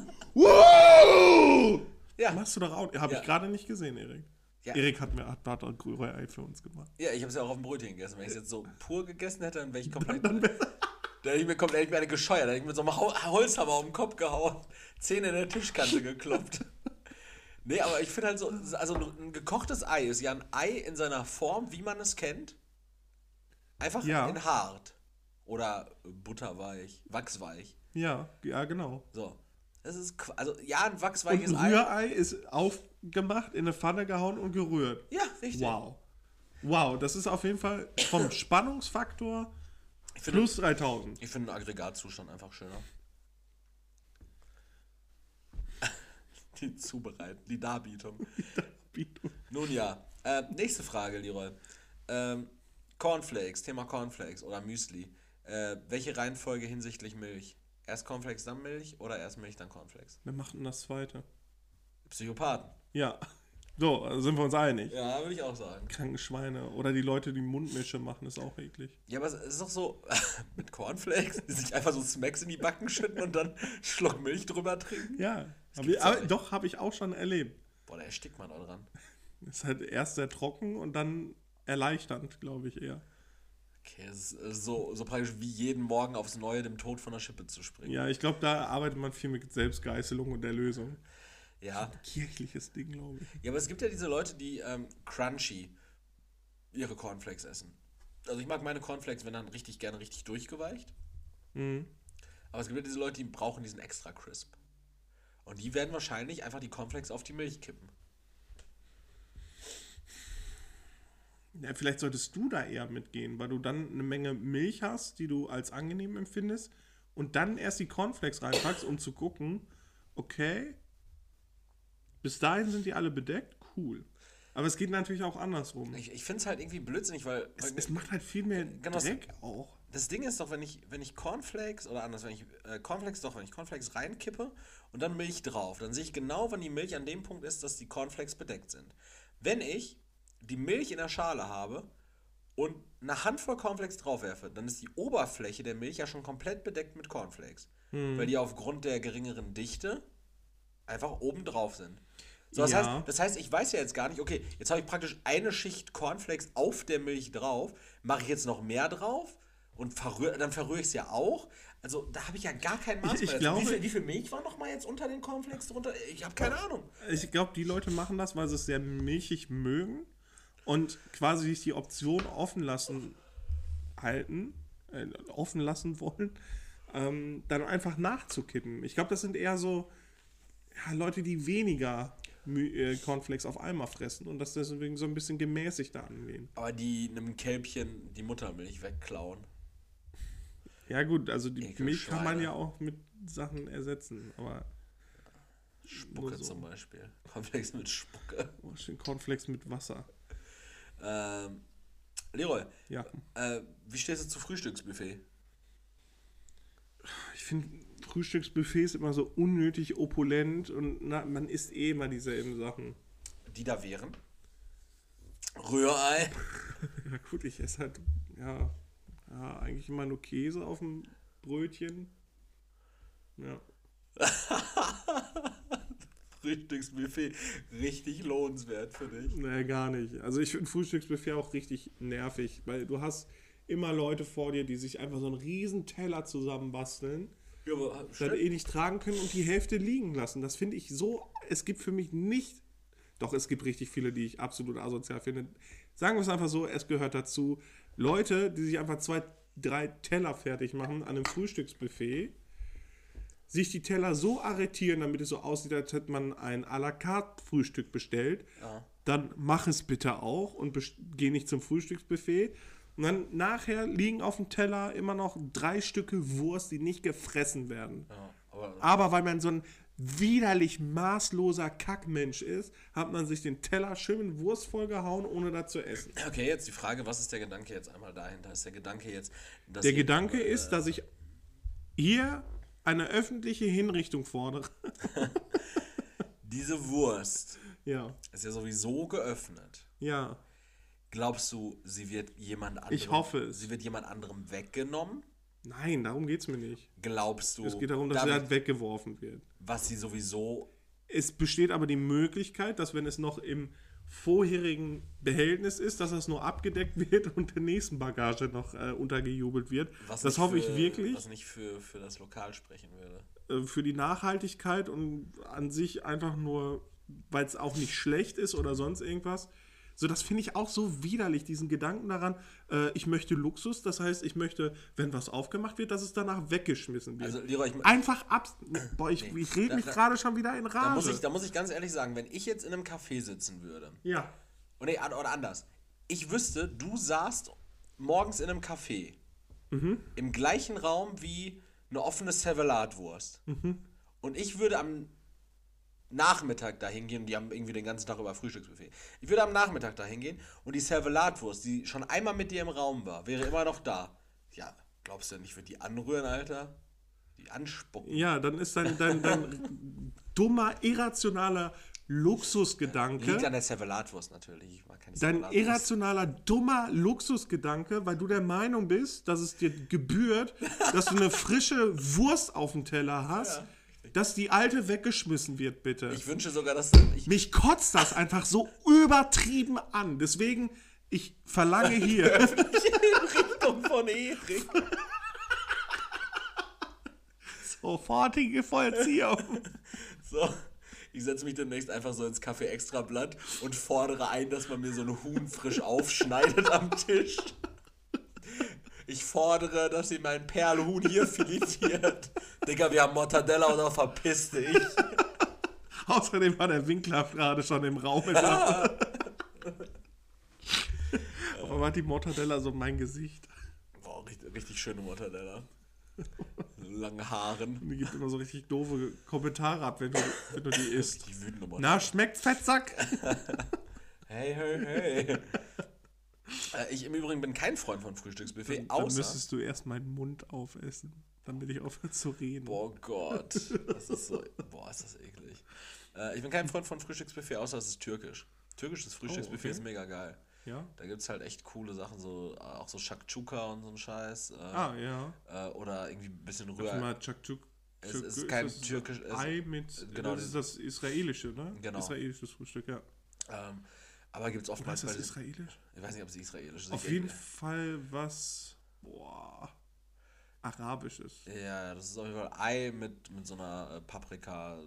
Wow! Ja. Machst du doch auch. Habe Ja. ich gerade nicht gesehen, Erik. Ja. Erik hat mir hat, hat ein Rührei für uns gemacht. Ja, ich habe es ja auch auf dem Brötchen gegessen. Wenn ich es jetzt so pur gegessen hätte, dann wäre ich komplett... Dann, dann hätte ich mir komplett hätte ich mir eine gescheuert. Dann hätte ich mit so einem Hol- Holzhammer auf den Kopf gehauen, Zähne in der Tischkante geklopft. Nee, aber ich finde halt so, also ein gekochtes Ei ist ja ein Ei in seiner Form, wie man es kennt. Einfach Ja. in hart. Oder butterweich, wachsweich. Ja, ja, genau. So. Das ist, qu- also ja, ein Und wachsweiches ein Ei. Rührei ist aufgemacht, in eine Pfanne gehauen und gerührt. Ja, richtig. Wow. Wow, das ist auf jeden Fall vom Spannungsfaktor Ich finde, plus dreitausend. ich finde einen Aggregatzustand einfach schöner. Die Zubereitung, die Darbietung. Nun ja, äh, nächste Frage, Leroy. Ähm, Cornflakes, Thema Cornflakes oder Müsli. Äh, welche Reihenfolge hinsichtlich Milch? Erst Cornflakes, dann Milch oder erst Milch, dann Cornflakes? Wer macht denn das zweite? Psychopathen. Ja. So, also sind wir uns einig. Ja, würde ich auch sagen. Kranke Schweine. Oder die Leute, die Mundmische machen, ist auch eklig. Ja, aber es ist doch so, mit Cornflakes, die sich einfach so Smacks in die Backen schütten und dann einen Schluck Milch drüber trinken. Ja. Aber, gibt's aber doch nicht. doch, habe ich auch schon erlebt. Boah, da erstickt man auch dran. Ist halt erst sehr trocken und dann erleichternd, glaube ich eher. Okay, es ist äh, so, so praktisch wie jeden Morgen aufs Neue dem Tod von der Schippe zu springen. Ja, ich glaube, da arbeitet man viel mit Selbstgeißelung und Erlösung. Ja. Kirchliches Ding, glaube ich. Ja, aber es gibt ja diese Leute, die ähm, crunchy ihre Cornflakes essen. Also ich mag meine Cornflakes, wenn dann richtig gerne richtig durchgeweicht. Mhm. Aber es gibt ja diese Leute, die brauchen diesen extra crisp. Und die werden wahrscheinlich einfach die Cornflakes auf die Milch kippen. Ja, vielleicht solltest du da eher mitgehen, weil du dann eine Menge Milch hast, die du als angenehm empfindest und dann erst die Cornflakes reinpackst, um zu gucken, okay, bis dahin sind die alle bedeckt, cool. Aber es geht natürlich auch andersrum. Ich, ich finde es halt irgendwie blödsinnig, weil... Es, weil es macht halt viel mehr Genau, Dreck auch. Das Ding ist doch, wenn ich, wenn ich Cornflakes, oder anders, wenn ich äh, Cornflakes doch, wenn ich Cornflakes reinkippe und dann Milch drauf, dann sehe ich genau, wann die Milch an dem Punkt ist, dass die Cornflakes bedeckt sind. Wenn ich die Milch in der Schale habe und eine Handvoll Cornflakes draufwerfe, dann ist die Oberfläche der Milch ja schon komplett bedeckt mit Cornflakes. Hm. Weil die aufgrund der geringeren Dichte einfach oben drauf sind. So, das, Ja. heißt, das heißt, ich weiß ja jetzt gar nicht, okay, jetzt habe ich praktisch eine Schicht Cornflakes auf der Milch drauf, mache ich jetzt noch mehr drauf und verrühr, dann verrühre ich es ja auch. Also da habe ich ja gar kein Maß Ich- ich mehr. glaube- wie, viel, wie viel Milch war noch mal jetzt unter den Cornflakes drunter? Ich habe keine Ahnung. Ich glaube, die Leute machen das, weil sie es sehr milchig mögen und quasi sich die Option offen lassen, halten, äh, offen lassen wollen, ähm, dann einfach nachzukippen. Ich glaube, das sind eher so ja, Leute, die weniger Mü- äh, Cornflakes auf einmal fressen und das deswegen so ein bisschen gemäßigter angehen. Aber die einem Kälbchen die Muttermilch wegklauen. Ja gut, also die Milch kann man Ekelschweine. ja auch mit Sachen ersetzen, aber Spucke nur so. zum Beispiel. Cornflakes mit Spucke. Oh, schön Cornflakes mit Wasser. Ähm, Leroy, Ja. äh, wie stehst du zu Frühstücksbuffet? Ich finde Frühstücksbuffets immer so unnötig opulent und na, man isst eh immer dieselben Sachen. Die da wären? Rührei. Ja gut, ich esse halt ja, ja eigentlich immer nur Käse auf dem Brötchen. Ja. Frühstücksbuffet, richtig lohnenswert für dich. Nee, gar nicht. Also ich finde Frühstücksbuffet auch richtig nervig, weil du hast immer Leute vor dir, die sich einfach so einen riesen Teller zusammenbasteln, Ja, aber dann stimmt. eh nicht tragen können und die Hälfte liegen lassen. Das finde ich so, es gibt für mich nicht, doch es gibt richtig viele, die ich absolut asozial finde. Sagen wir es einfach so, es gehört dazu, Leute, die sich einfach zwei, drei Teller fertig machen an einem Frühstücksbuffet, sich die Teller so arretieren, damit es so aussieht, als hätte man ein à la carte Frühstück bestellt, Ja. dann mach es bitte auch und best- geh nicht zum Frühstücksbuffet. Und dann nachher liegen auf dem Teller immer noch drei Stücke Wurst, die nicht gefressen werden. Ja, aber Aber weil man so ein widerlich maßloser Kackmensch ist, hat man sich den Teller schön mit Wurst vollgehauen, ohne das zu essen. okay, jetzt die Frage, was ist der Gedanke jetzt einmal dahinter? Ist der Gedanke jetzt, dass Der ihr- Gedanke äh, ist, dass ich hier eine öffentliche Hinrichtung fordere. diese Wurst Ja, ist ja sowieso geöffnet. ja. Glaubst du, sie wird jemand anderem, Ich hoffe es. sie wird jemand anderem weggenommen? Nein, darum geht es mir nicht. Glaubst du, Es geht darum, dass damit, er halt weggeworfen wird. was sie sowieso Es besteht aber die Möglichkeit, dass wenn es noch im vorherigen Behältnis ist, dass das nur abgedeckt wird und der nächsten Bagage noch äh, untergejubelt wird. was Das nicht hoffe für, ich wirklich was nicht für, für das Lokal sprechen würde. äh, für die Nachhaltigkeit und an sich einfach nur, weil es auch nicht schlecht ist oder sonst irgendwas. So, das finde ich auch so widerlich, diesen Gedanken daran, äh, ich möchte Luxus, das heißt, ich möchte, wenn was aufgemacht wird, dass es danach weggeschmissen wird. Also, Leroy, ich, Einfach ab... Boah, ich, Nee, ich rede da- mich da- gerade schon wieder in Rage. da, muss ich, da muss ich ganz ehrlich sagen, wenn ich jetzt in einem Café sitzen würde, ja. und nee, an- oder anders, ich wüsste, du saßt morgens in einem Café, Mhm. im gleichen Raum wie eine offene Servelatwurst. Mhm. Und ich würde am Nachmittag dahin gehen, die haben irgendwie den ganzen Tag über Frühstücksbuffet. Ich würde am Nachmittag dahin gehen und die Servelatwurst, die schon einmal mit dir im Raum war, wäre immer noch da. Ja, glaubst du denn, ich würde die anrühren, Alter? Die anspucken. Ja, dann ist dein, dein, dein dummer, irrationaler Luxusgedanke, Liegt an der Servelatwurst natürlich. Ich mag keine dein Servelatwurst. irrationaler, dummer Luxusgedanke, weil du der Meinung bist, dass es dir gebührt, dass du eine frische Wurst auf dem Teller hast, dass die alte weggeschmissen wird, bitte. Ich wünsche sogar, dass ich, Mich kotzt das einfach so übertrieben an. Deswegen, ich verlange hier Richtung von Erik. sofortige Vollziehung. So, ich setze mich demnächst einfach so ins Café Extrablatt und fordere ein, dass man mir so ein Huhn frisch aufschneidet am Tisch. Ich fordere, dass sie mein Perlhuhn hier filetiert. Digga, wir haben Mortadella oder verpiss dich. Außerdem war der Winkler gerade schon im Raum. Aber war die Mortadella so mein Gesicht? Boah, richtig, richtig schöne Mortadella. Lange Haaren. Die gibt immer so richtig doofe Kommentare ab, wenn du, wenn du die isst. Die wütende Mortadella. Na, schmeckt's, Fettsack? Hey, hey, hey. Äh, ich im Übrigen bin kein Freund von Frühstücksbuffet, Dann außer... müsstest du erst meinen Mund aufessen, damit ich aufhöre zu reden. Boah Gott, das ist so... Boah, ist das eklig. Äh, ich bin kein Freund von Frühstücksbuffet, außer es ist türkisch. Türkisches Frühstücksbuffet Oh, okay. ist mega geil. Ja? Da gibt es halt echt coole Sachen, so äh, auch so Shakshuka und so ein Scheiß. Äh, Ah, ja. äh, oder irgendwie ein bisschen Sag Rührei. mal, Chakchuk. Es ist kein türkisch- es- Ei mit. genau, das ist das israelische, ne? Genau. Israelisches Frühstück, ja. Ähm, aber gibt es Oder oftmals ist das bei- israelisch? Ich weiß nicht, ob es israelisch ist. Auf Ich- jeden Fall was. Boah. Arabisches. Ja, das ist auf jeden Fall Ei mit, mit so einer äh, Paprika.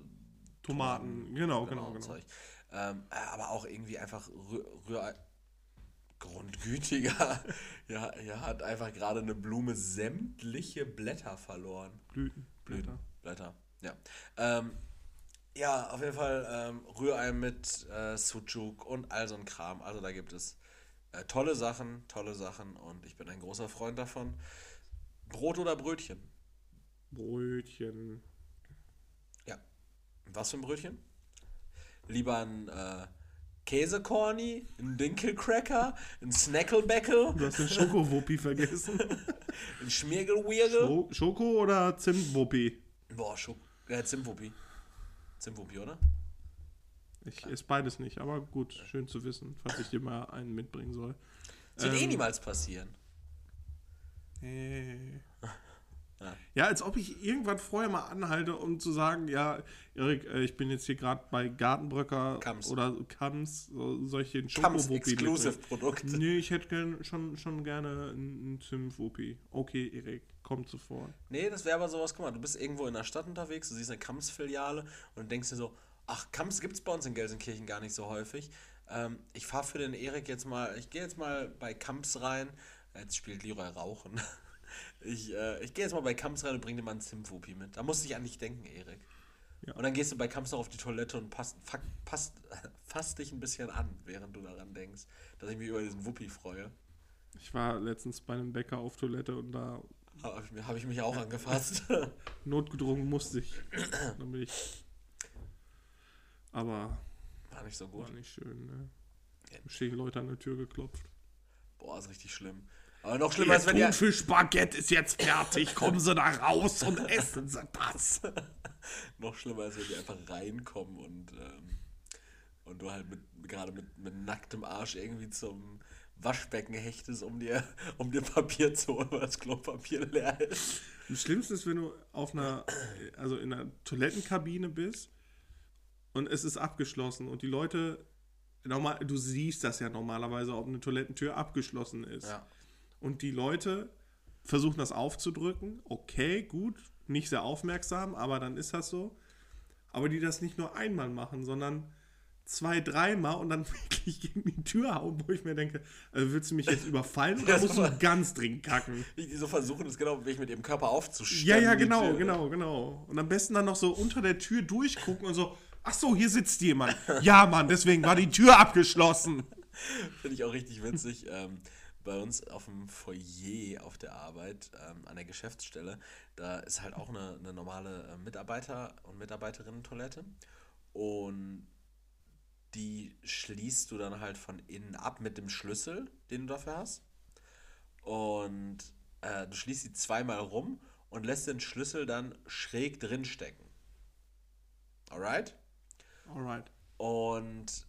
Tomaten. Genau, genau, genau. Zeug. Ähm, äh, aber auch irgendwie einfach Rühr Rührei. Grundgütiger. Ja, er hat einfach gerade eine Blume sämtliche Blätter verloren. Blüten, Blätter. Blätter, ja. Ähm, ja, auf jeden Fall ähm, Rührei mit äh, Sucuk und all so ein Kram. Also da gibt es äh, tolle Sachen, tolle Sachen und ich bin ein großer Freund davon. Brot oder Brötchen? Brötchen. Ja. Was für ein Brötchen? Lieber ein äh, Käsekorni, ein Dinkelcracker, ein Snacklebackle, Du hast den Schokowuppi vergessen. ein Schmiergelwirgel. Scho Schoko oder Zimtwuppi? Boah, Schok äh, Zimtwuppi. Zimtwuppi, oder? Ich esse beides nicht, aber gut, schön zu wissen, falls ich dir mal einen mitbringen soll. Das wird Ähm, eh niemals passieren. Äh. Ja. Ja, als ob ich irgendwann vorher mal anhalte, um zu sagen, ja, Erik, äh, ich bin jetzt hier gerade bei Gartenbröcker Kams. oder Kams, so, solche Kams Schokowuppi. Exclusive Produkte. Nee, ich hätte gern, schon, schon gerne einen Zimtwuppi. Okay, Erik, kommt sofort. Nee, das wäre aber sowas, guck mal, du bist irgendwo in der Stadt unterwegs, du siehst eine Kams-Filiale und denkst dir so, ach, Kams gibt's bei uns in Gelsenkirchen gar nicht so häufig. Ähm, ich fahre für den Erik jetzt mal, ich gehe jetzt mal bei Kams rein, jetzt spielt Leroy Rauchen. Ich, äh, ich gehe jetzt mal bei Kams rein und bring dir mal einen Zimtwuppi mit. Da musst du dich an dich denken, Erik. Ja. Und dann gehst du bei Kams noch auf die Toilette und passt, fuck, passt, fasst dich ein bisschen an, während du daran denkst, dass ich mich über diesen Wuppi freue. Ich war letztens bei einem Bäcker auf Toilette und da Habe ich, hab ich mich auch angefasst. notgedrungen musste ich. Dann bin ich. Aber War nicht so gut. war nicht schön, ne? Da stehen Leute an der Tür geklopft. Boah, ist richtig schlimm. Aber noch schlimmer ist, wenn ihr... Thunfischbaguette ist jetzt fertig. Kommen Sie da raus und essen Sie das. noch schlimmer ist, wenn die einfach reinkommen und, ähm, und du halt mit, gerade mit, mit nacktem Arsch irgendwie zum Waschbecken hechtest, um dir, um dir Papier zu holen, weil das Klopapier leer ist. Das Schlimmste ist, wenn du auf einer, also in einer Toilettenkabine bist und es ist abgeschlossen und die Leute, normal, du siehst das ja normalerweise, ob eine Toilettentür abgeschlossen ist. Ja. Und die Leute versuchen das aufzudrücken. Okay, gut, nicht sehr aufmerksam, aber dann ist das so. Aber die das nicht nur einmal machen, sondern zwei, dreimal und dann wirklich gegen die Tür hauen, wo ich mir denke, also willst du mich jetzt überfallen oder musst du ganz dringend kacken? Wie die so versuchen, das genau wirklich mit ihrem Körper aufzustemmen. Ja, ja, die genau, Tür. genau, genau. Und am besten dann noch so unter der Tür durchgucken und so, ach so, hier sitzt jemand. Ja, Mann, deswegen war die Tür abgeschlossen. Finde ich auch richtig witzig. ähm, bei uns auf dem Foyer auf der Arbeit, ähm, an der Geschäftsstelle, da ist halt auch eine, eine normale äh, Mitarbeiter- und Mitarbeiterinnen-Toilette. Und die schließt du dann halt von innen ab mit dem Schlüssel, den du dafür hast. Und äh, du schließt sie zweimal rum und lässt den Schlüssel dann schräg drin stecken. Alright? Alright. Und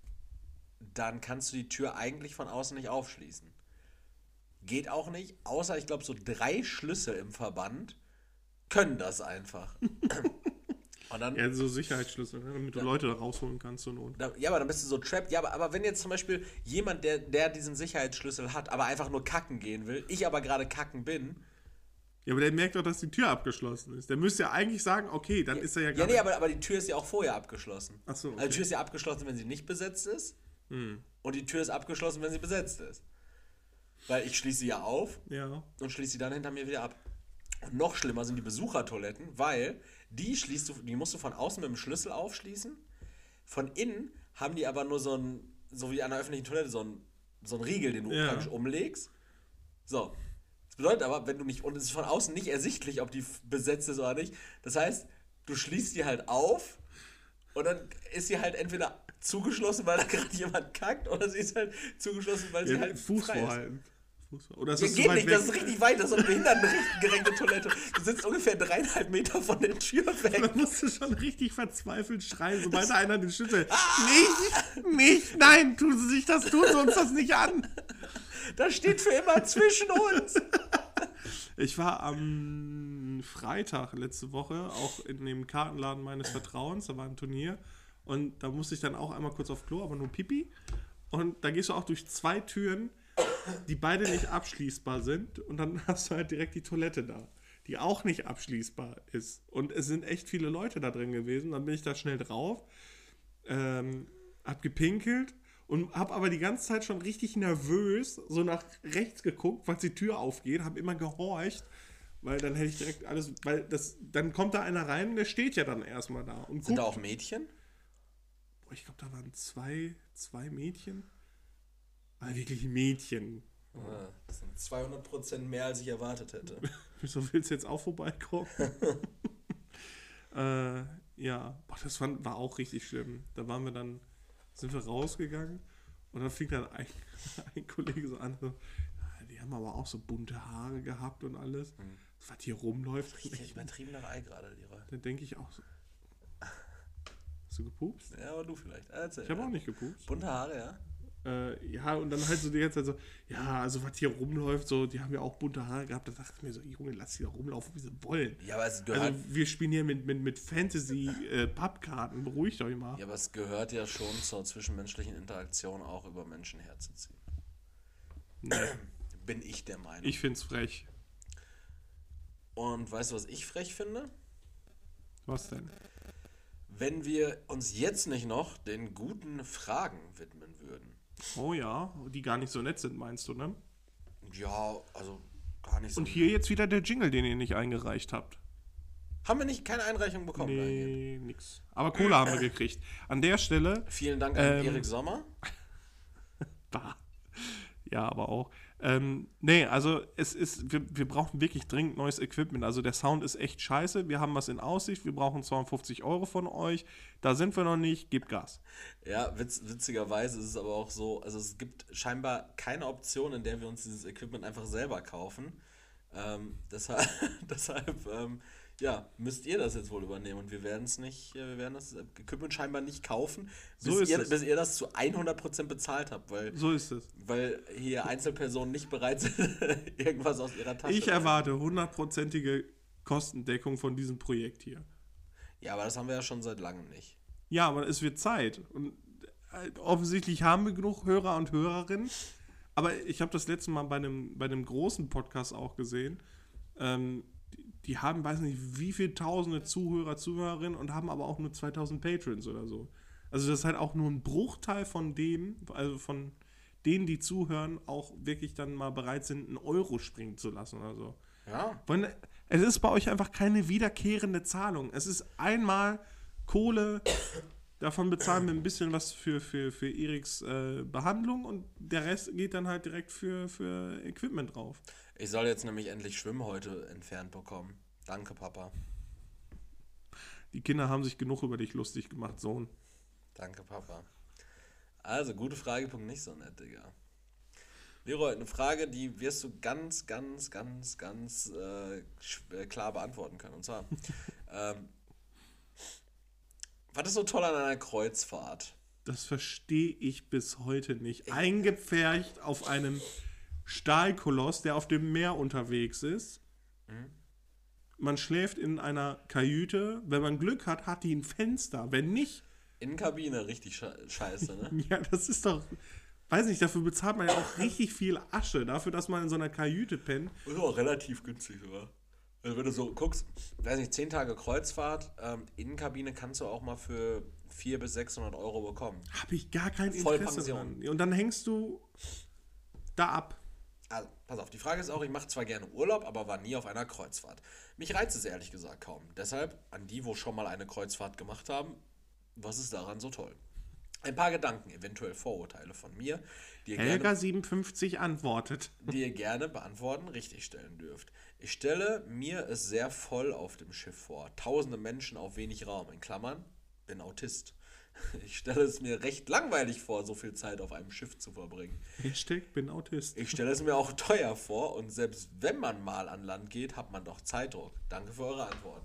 dann kannst du die Tür eigentlich von außen nicht aufschließen. Geht auch nicht, außer ich glaube so drei Schlüssel im Verband können das einfach. Und dann, Ja, so Sicherheitsschlüssel, ne, damit du Ja. Leute da rausholen kannst zur Not. da, ja, aber dann bist du so trapped. Ja, aber, aber wenn jetzt zum Beispiel jemand, der, der diesen Sicherheitsschlüssel hat, aber einfach nur kacken gehen will, ich aber gerade kacken bin. Ja, aber der merkt doch, dass die Tür abgeschlossen ist. Der müsste ja eigentlich sagen, okay, dann ist er ja Ja, gerade... nee, aber, aber die Tür ist ja auch vorher abgeschlossen. Ach so, okay. Also die Tür ist ja abgeschlossen, wenn sie nicht besetzt ist. Hm. Und die Tür ist abgeschlossen, wenn sie besetzt ist. Weil ich schließe sie ja auf Ja. und schließe sie dann hinter mir wieder ab. Und noch schlimmer sind die Besuchertoiletten, weil die schließt du, die musst du von außen mit dem Schlüssel aufschließen. Von innen haben die aber nur so ein, so wie an einer öffentlichen Toilette, so ein, so ein Riegel, den du Ja. praktisch umlegst. So. Das bedeutet aber, wenn du nicht, und es ist von außen nicht ersichtlich, ob die besetzt ist oder nicht. Das heißt, du schließt die halt auf und dann ist sie halt entweder zugeschlossen, weil da gerade jemand kackt, oder sie ist halt zugeschlossen, weil sie Ja, halt Fuß frei ist. vorhalten. Fuß vor- Oder ist Ja, das zu geht weit nicht, weg? das ist richtig weit, das ist so eine behindertengerechte Toilette. Du sitzt ungefähr dreieinhalb Meter von der Tür weg. Da musst du schon richtig verzweifelt schreien, sobald da einer den Schlüssel... Nicht, nicht, nein, tun Sie sich das, tun Sie uns das nicht an. Das steht für immer zwischen uns. Ich war am Freitag letzte Woche auch in dem Kartenladen meines Vertrauens, da war ein Turnier und da musste ich dann auch einmal kurz auf Klo, aber nur Pipi. Und da gehst du auch durch zwei Türen, die beide nicht abschließbar sind und dann hast du halt direkt die Toilette da, die auch nicht abschließbar ist. Und es sind echt viele Leute da drin gewesen, dann bin ich da schnell drauf, ähm, hab gepinkelt und habe aber die ganze Zeit schon richtig nervös so nach rechts geguckt, weil die Tür aufgeht, habe immer gehorcht, weil dann hätte ich direkt alles, weil das, dann kommt da einer rein, der steht ja dann erstmal da. Und Sind guckt. da auch Mädchen? Boah, ich glaube, da waren zwei, zwei Mädchen. War wirklich Mädchen. Ah, das sind zweihundert Prozent mehr, als ich erwartet hätte. Wieso willst du jetzt auch vorbeikommen? äh, ja, boah, das fand, war auch richtig schlimm. Da waren wir dann, sind wir rausgegangen und dann fing dann ein, ein Kollege so an, so, ja, die haben aber auch so bunte Haare gehabt und alles. Mhm. Was hier rumläuft. Richtig übertriebener Ei gerade, Leroy. Dann denke ich auch so. Hast du gepupst? Ja, aber du vielleicht. Erzähl, ich habe ja. auch nicht gepupst. Bunte Haare, ja? Äh, ja, und dann halt so die ganze Zeit so, ja, also was hier rumläuft, so, die haben ja auch bunte Haare gehabt. Da dachte ich mir so, Junge, lass die doch rumlaufen, wie sie wollen. Ja, aber es gehört. Also wir spielen hier mit, mit, mit Fantasy-Pappkarten, äh, beruhigt euch mal. Ja, aber es gehört ja schon zur zwischenmenschlichen Interaktion auch über Menschen herzuziehen. Nee. Bin ich der Meinung. Ich find's frech. Und weißt du, was ich frech finde? Was denn? Wenn wir uns jetzt nicht noch den guten Fragen widmen würden. Oh ja, die gar nicht so nett sind, meinst du, ne? Ja, also gar nicht so. Und hier jetzt wieder der Jingle, den ihr nicht eingereicht habt. Haben wir nicht keine Einreichung bekommen? Nee, nix. Aber Cola haben wir gekriegt. An der Stelle... Vielen Dank an ähm, Erik Sommer. Bah. Ja, aber auch. Ähm, nee, also es ist, wir, wir brauchen wirklich dringend neues Equipment. Also der Sound ist echt scheiße. Wir haben was in Aussicht. Wir brauchen zweiundfünfzig Euro von euch. Da sind wir noch nicht. Gebt Gas. Ja, witz, witzigerweise ist es aber auch so, also es gibt scheinbar keine Option, in der wir uns dieses Equipment einfach selber kaufen. Ähm, deshalb, deshalb ähm, ja, müsst ihr das jetzt wohl übernehmen und wir werden es nicht, wir werden das Equipment scheinbar nicht kaufen, bis, so ist ihr, es. bis ihr das zu hundert Prozent bezahlt habt, weil, so ist es. Weil hier Einzelpersonen nicht bereit sind, irgendwas aus ihrer Tasche Ich erwarte hundertprozentige Kostendeckung von diesem Projekt hier. Ja, aber das haben wir ja schon seit langem nicht. Ja, aber es wird Zeit. Und offensichtlich haben wir genug Hörer und Hörerinnen. Aber ich habe das letzte Mal bei einem, bei einem großen Podcast auch gesehen. Ähm, die, die haben, weiß nicht, wie viele tausende Zuhörer, Zuhörerinnen und haben aber auch nur zweitausend Patrons oder so. Also das ist halt auch nur ein Bruchteil von dem, also von denen, die zuhören, auch wirklich dann mal bereit sind, einen Euro springen zu lassen oder so. Ja. Weil es ist bei euch einfach keine wiederkehrende Zahlung. Es ist einmal Kohle, davon bezahlen wir ein bisschen was für, für, für Eriks äh, Behandlung und der Rest geht dann halt direkt für, für Equipment drauf. Ich soll jetzt nämlich endlich Schwimmhäute entfernt bekommen. Danke, Papa. Die Kinder haben sich genug über dich lustig gemacht, Sohn. Danke, Papa. Also, gute Frage, Punkt nicht so nett, Digga. Leroy, eine Frage, die wirst du ganz, ganz, ganz, ganz äh, klar beantworten können. Und zwar, ähm, was ist so toll an einer Kreuzfahrt? Das verstehe ich bis heute nicht. Ich Eingepfercht auf einem Stahlkoloss, der auf dem Meer unterwegs ist. Mhm. Man schläft in einer Kajüte. Wenn man Glück hat, hat die ein Fenster. Wenn nicht... Innenkabine, richtig sche- scheiße, ne? Ja, das ist doch... Weiß nicht, dafür bezahlt man ja auch richtig viel Asche. Dafür, dass man in so einer Kajüte pennt. Das ist auch relativ günstig sogar. Also wenn du so guckst, weiß nicht, zehn Tage Kreuzfahrt, ähm, Innenkabine kannst du auch mal für vierhundert bis sechshundert Euro bekommen. Habe ich gar kein Interesse Vollpension. dran. Und dann hängst du da ab. Also, pass auf, die Frage ist auch, ich mache zwar gerne Urlaub, aber war nie auf einer Kreuzfahrt. Mich reizt es ehrlich gesagt kaum. Deshalb, an die, wo schon mal eine Kreuzfahrt gemacht haben, was ist daran so toll? Ein paar Gedanken, eventuell Vorurteile von mir, die ihr, Helga gerne, siebenundfünfzig antwortet. die ihr gerne beantworten, richtig stellen dürft. Ich stelle mir es sehr voll auf dem Schiff vor. Tausende Menschen auf wenig Raum. In Klammern, bin Autist. Ich stelle es mir recht langweilig vor, so viel Zeit auf einem Schiff zu verbringen. Hashtag bin Autist. Ich stelle es mir auch teuer vor und selbst wenn man mal an Land geht, hat man doch Zeitdruck. Danke für eure Antworten.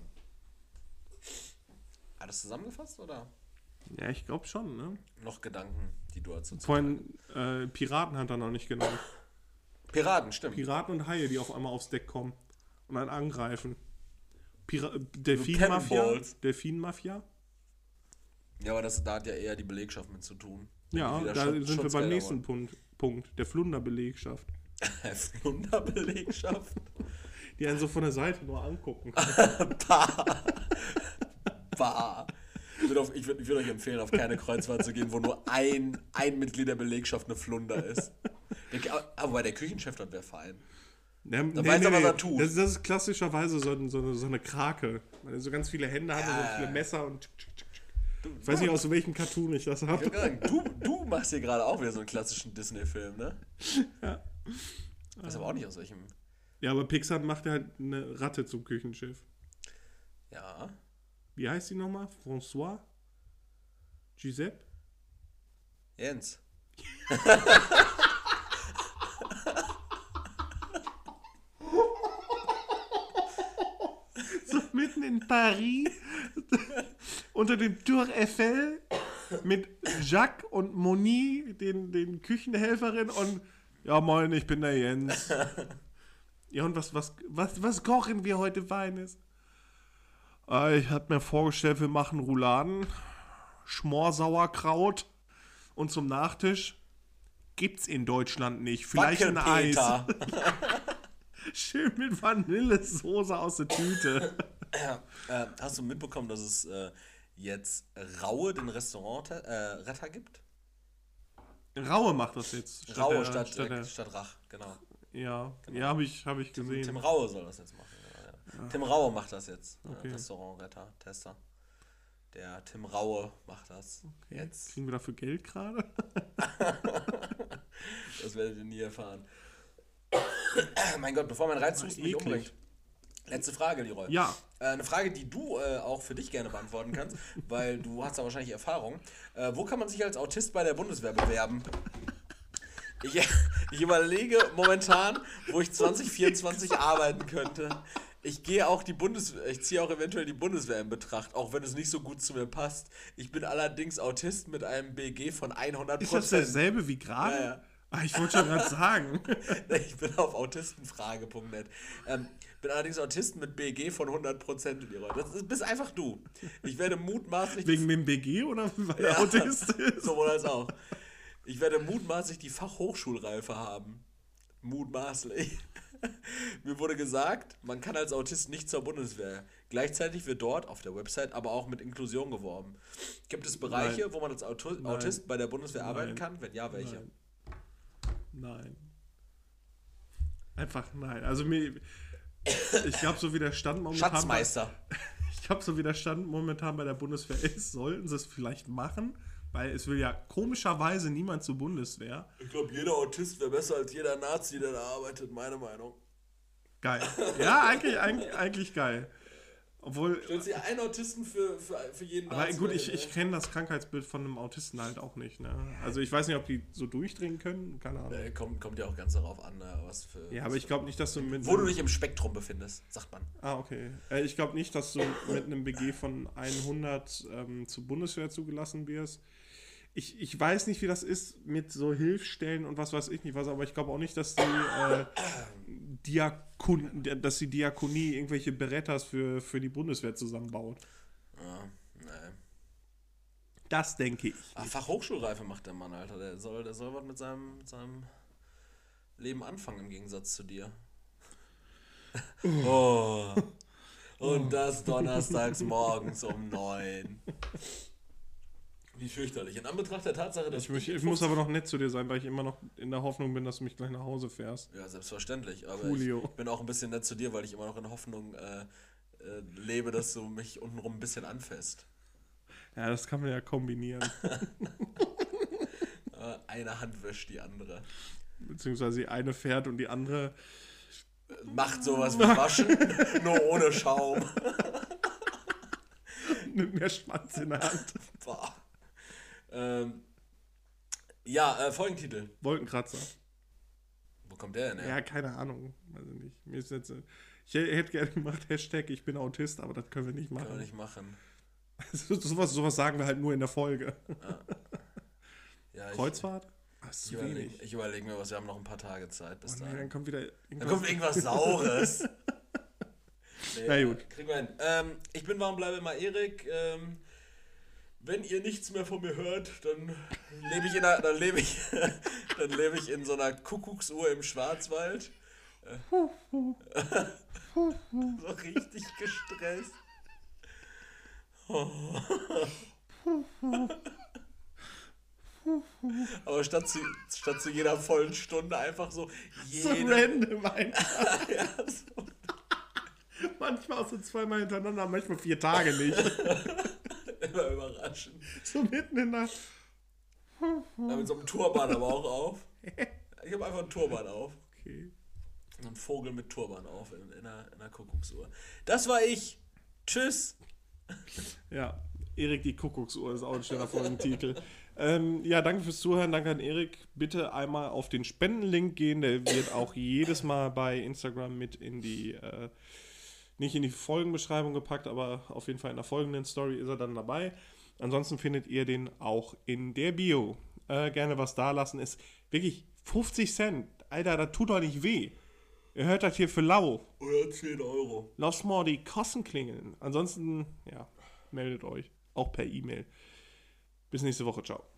Alles zusammengefasst, oder? Ja, ich glaube schon, ne? Noch Gedanken, die du dazu Vorhin äh, Piraten hat er noch nicht genannt. Piraten, stimmt. Piraten und Haie, die auf einmal aufs Deck kommen und dann angreifen. Pira- Delfin-Mafia? Delfin-Mafia? Ja, aber das, da hat ja eher die Belegschaft mit zu tun. Ja, Wieder da Schutz- sind wir beim nächsten Schutzgelder Punkt, Punkt. Der Flunderbelegschaft. wollen. Flunderbelegschaft? Die einen so von der Seite nur angucken. Bah. Bah. würde auf, ich würd, ich würd euch empfehlen, auf keine Kreuzfahrt zu gehen, wo nur ein, ein Mitglied der Belegschaft eine Flunder ist. Der, aber der Küchenchef, das wäre fein. Ja, da nee, weiß er, nee, was er nee. tut. Das, das ist klassischerweise so, ein, so, eine, so eine Krake. Weil er so ganz viele Hände hat Ja. und so viele Messer und. Du, Ich weiß nicht, aus welchem Cartoon ich das habe. Ich würd sagen, du, du machst hier gerade auch wieder so einen klassischen Disney-Film, ne? Ja. Ich weiß aber auch nicht aus welchem. Ja, aber Pixar macht ja halt eine Ratte zum Küchenchef. Ja. Wie heißt die nochmal? François? Giuseppe? Jens. So mitten in Paris, unter dem Tour Eiffel, mit Jacques und Moni, den, den Küchenhelferin und ja moin, ich bin der Jens. Ja und was, was, was, was kochen wir heute Feines? Ah, ich hab mir vorgestellt, wir machen Rouladen, Schmorsauerkraut und zum Nachtisch gibt's in Deutschland nicht. Vielleicht ein Eis. Wackelpeter. Schön mit Vanillesoße aus der Tüte. Ja, äh, hast du mitbekommen, dass es äh, jetzt Raue, den Restaurant-Retter gibt? Raue macht das jetzt. Statt Raue der, statt, statt äh, der, statt Rach, genau. Ja, Genau. ja habe ich, hab ich Tim, gesehen. Tim Raue soll das jetzt machen. Ja, ja. Tim Raue macht das jetzt. Okay. Äh, Restaurant-Retter, Tester. Der Tim Raue macht das Okay. jetzt. Kriegen wir dafür Geld gerade? Das werdet ihr nie erfahren. Mein Gott, bevor mein Reizhusten mich eklig. umbringt. Letzte Frage, Leroy. Ja. Äh, eine Frage, die du äh, auch für dich gerne beantworten kannst, weil du hast da wahrscheinlich Erfahrung. Äh, wo kann man sich als Autist bei der Bundeswehr bewerben? Ich, ich überlege momentan, wo ich zwanzig vierundzwanzig arbeiten könnte. Ich gehe auch die Bundeswehr, ich ziehe auch eventuell die Bundeswehr in Betracht, auch wenn es nicht so gut zu mir passt. Ich bin allerdings Autist mit einem B G von hundert Prozent. Ist das dasselbe wie gerade? Ja, ja. Ah, ich wollte schon gerade sagen. Ich bin auf autistenfrage punkt net. Ähm, bin allerdings Autist mit B G von hundert Prozent in ihrer. Das ist, bist einfach du. Ich werde mutmaßlich... Wegen dem B G oder weil er Ja, Autist ist? sowohl als auch. Ich werde mutmaßlich die Fachhochschulreife haben. Mutmaßlich. Mir wurde gesagt, man kann als Autist nicht zur Bundeswehr. Gleichzeitig wird dort auf der Website aber auch mit Inklusion geworben. Gibt es Bereiche, Nein. wo man als Auto- Nein. Autist bei der Bundeswehr Nein. arbeiten kann? Wenn ja, welche? Nein. Nein. Einfach nein. Also mir... Ich glaube, so wie der Stand momentan... Schatzmeister. Ich glaube, so wie der Stand momentan bei der Bundeswehr ist, sollten sie es vielleicht machen, weil es will ja komischerweise niemand zur Bundeswehr. Ich glaube, jeder Autist wäre besser als jeder Nazi, der da arbeitet, meine Meinung. Geil. Ja, eigentlich, eigentlich, eigentlich geil. Obwohl... Stellst du einen Autisten für, für, für jeden Aber Nazi? gut, ich, dahin, ich kenne das Krankheitsbild von einem Autisten halt auch nicht. Ne? Also ich weiß nicht, ob die so durchdringen können. Keine Ahnung. äh, kommt, kommt ja auch ganz darauf an, ne, was für... Ja, was aber ich für- glaube nicht, dass du mit... Wo du dich im Spektrum befindest, sagt man. Ah, okay. Äh, ich glaube nicht, dass du mit einem B G von hundert ähm, zur Bundeswehr zugelassen wirst. Ich, ich weiß nicht, wie das ist mit so Hilfsstellen und was weiß ich nicht was, aber ich glaube auch nicht, dass die äh, Diakon, dass die Diakonie irgendwelche Berettas für, für die Bundeswehr zusammenbaut. Ja, nee. Das denke ich. Ach, Fachhochschulreife macht der Mann, Alter. Der soll, der soll was mit seinem, mit seinem Leben anfangen, im Gegensatz zu dir. Oh. Und das donnerstags morgens um neun. Wie fürchterlich. In Anbetracht der Tatsache, dass Ich, mich, ich muss aber noch nett zu dir sein, weil ich immer noch in der Hoffnung bin, dass du mich gleich nach Hause fährst. Ja, selbstverständlich. Aber Coolio. ich bin auch ein bisschen nett zu dir, weil ich immer noch in Hoffnung äh, äh, lebe, dass du mich untenrum ein bisschen anfasst. Ja, das kann man ja kombinieren. Äh, eine Hand wäscht die andere. Beziehungsweise die eine fährt und die andere... Macht sowas wie Waschen, nur ohne Schaum. Mit mehr Schwanz in der Hand. Boah. Ähm, ja, äh, Folgentitel. Wolkenkratzer. Wo kommt der denn her? Ja, keine Ahnung. Weiß ich nicht. Mir ist jetzt, äh, ich hätte gerne gemacht, Hashtag ich bin Autist, aber das können wir nicht Können wir machen. nicht machen. So, sowas, sowas sagen wir halt nur in der Folge. Ja, ich, Kreuzfahrt? Ach, ist Ich zu überlege wenig. ich überleg mir was, wir haben noch ein paar Tage Zeit bis Oh, nee, dahin. dann kommt wieder Dann irgendwas. kommt irgendwas Saures. Nee, Na gut. Kriegen wir hin. Ähm, ich bin Warum bleibe immer Erik. Ähm, wenn ihr nichts mehr von mir hört, dann lebe ich in einer, dann lebe ich, dann lebe ich in so einer Kuckucksuhr im Schwarzwald. Äh, so richtig gestresst. Aber statt zu, statt zu jeder vollen Stunde einfach so So jede, random einfach. ja, so. Manchmal auch so zweimal hintereinander, manchmal vier Tage nicht. Immer überraschend. So mitten in der... Ja, mit so einem Turban aber auch auf. Ich habe einfach einen Turban auf. Okay. So ein Vogel mit Turban auf in, in, einer, in einer Kuckucksuhr. Das war ich. Tschüss. Ja, Erik die Kuckucksuhr ist auch ein schöner Folgentitel. ähm, ja, danke fürs Zuhören, danke an Erik. Bitte einmal auf den Spendenlink gehen, der wird auch jedes Mal bei Instagram mit in die, äh, nicht in die Folgenbeschreibung gepackt, aber auf jeden Fall in der folgenden Story ist er dann dabei. Ansonsten findet ihr den auch in der Bio. Äh, gerne was da lassen. Ist wirklich fünfzig Cent. Alter, das tut doch nicht weh. Ihr hört das hier für lau. Oder zehn Euro. Lasst mal die Kassen klingeln. Ansonsten, ja, meldet euch. Auch per E-Mail. Bis nächste Woche. Ciao.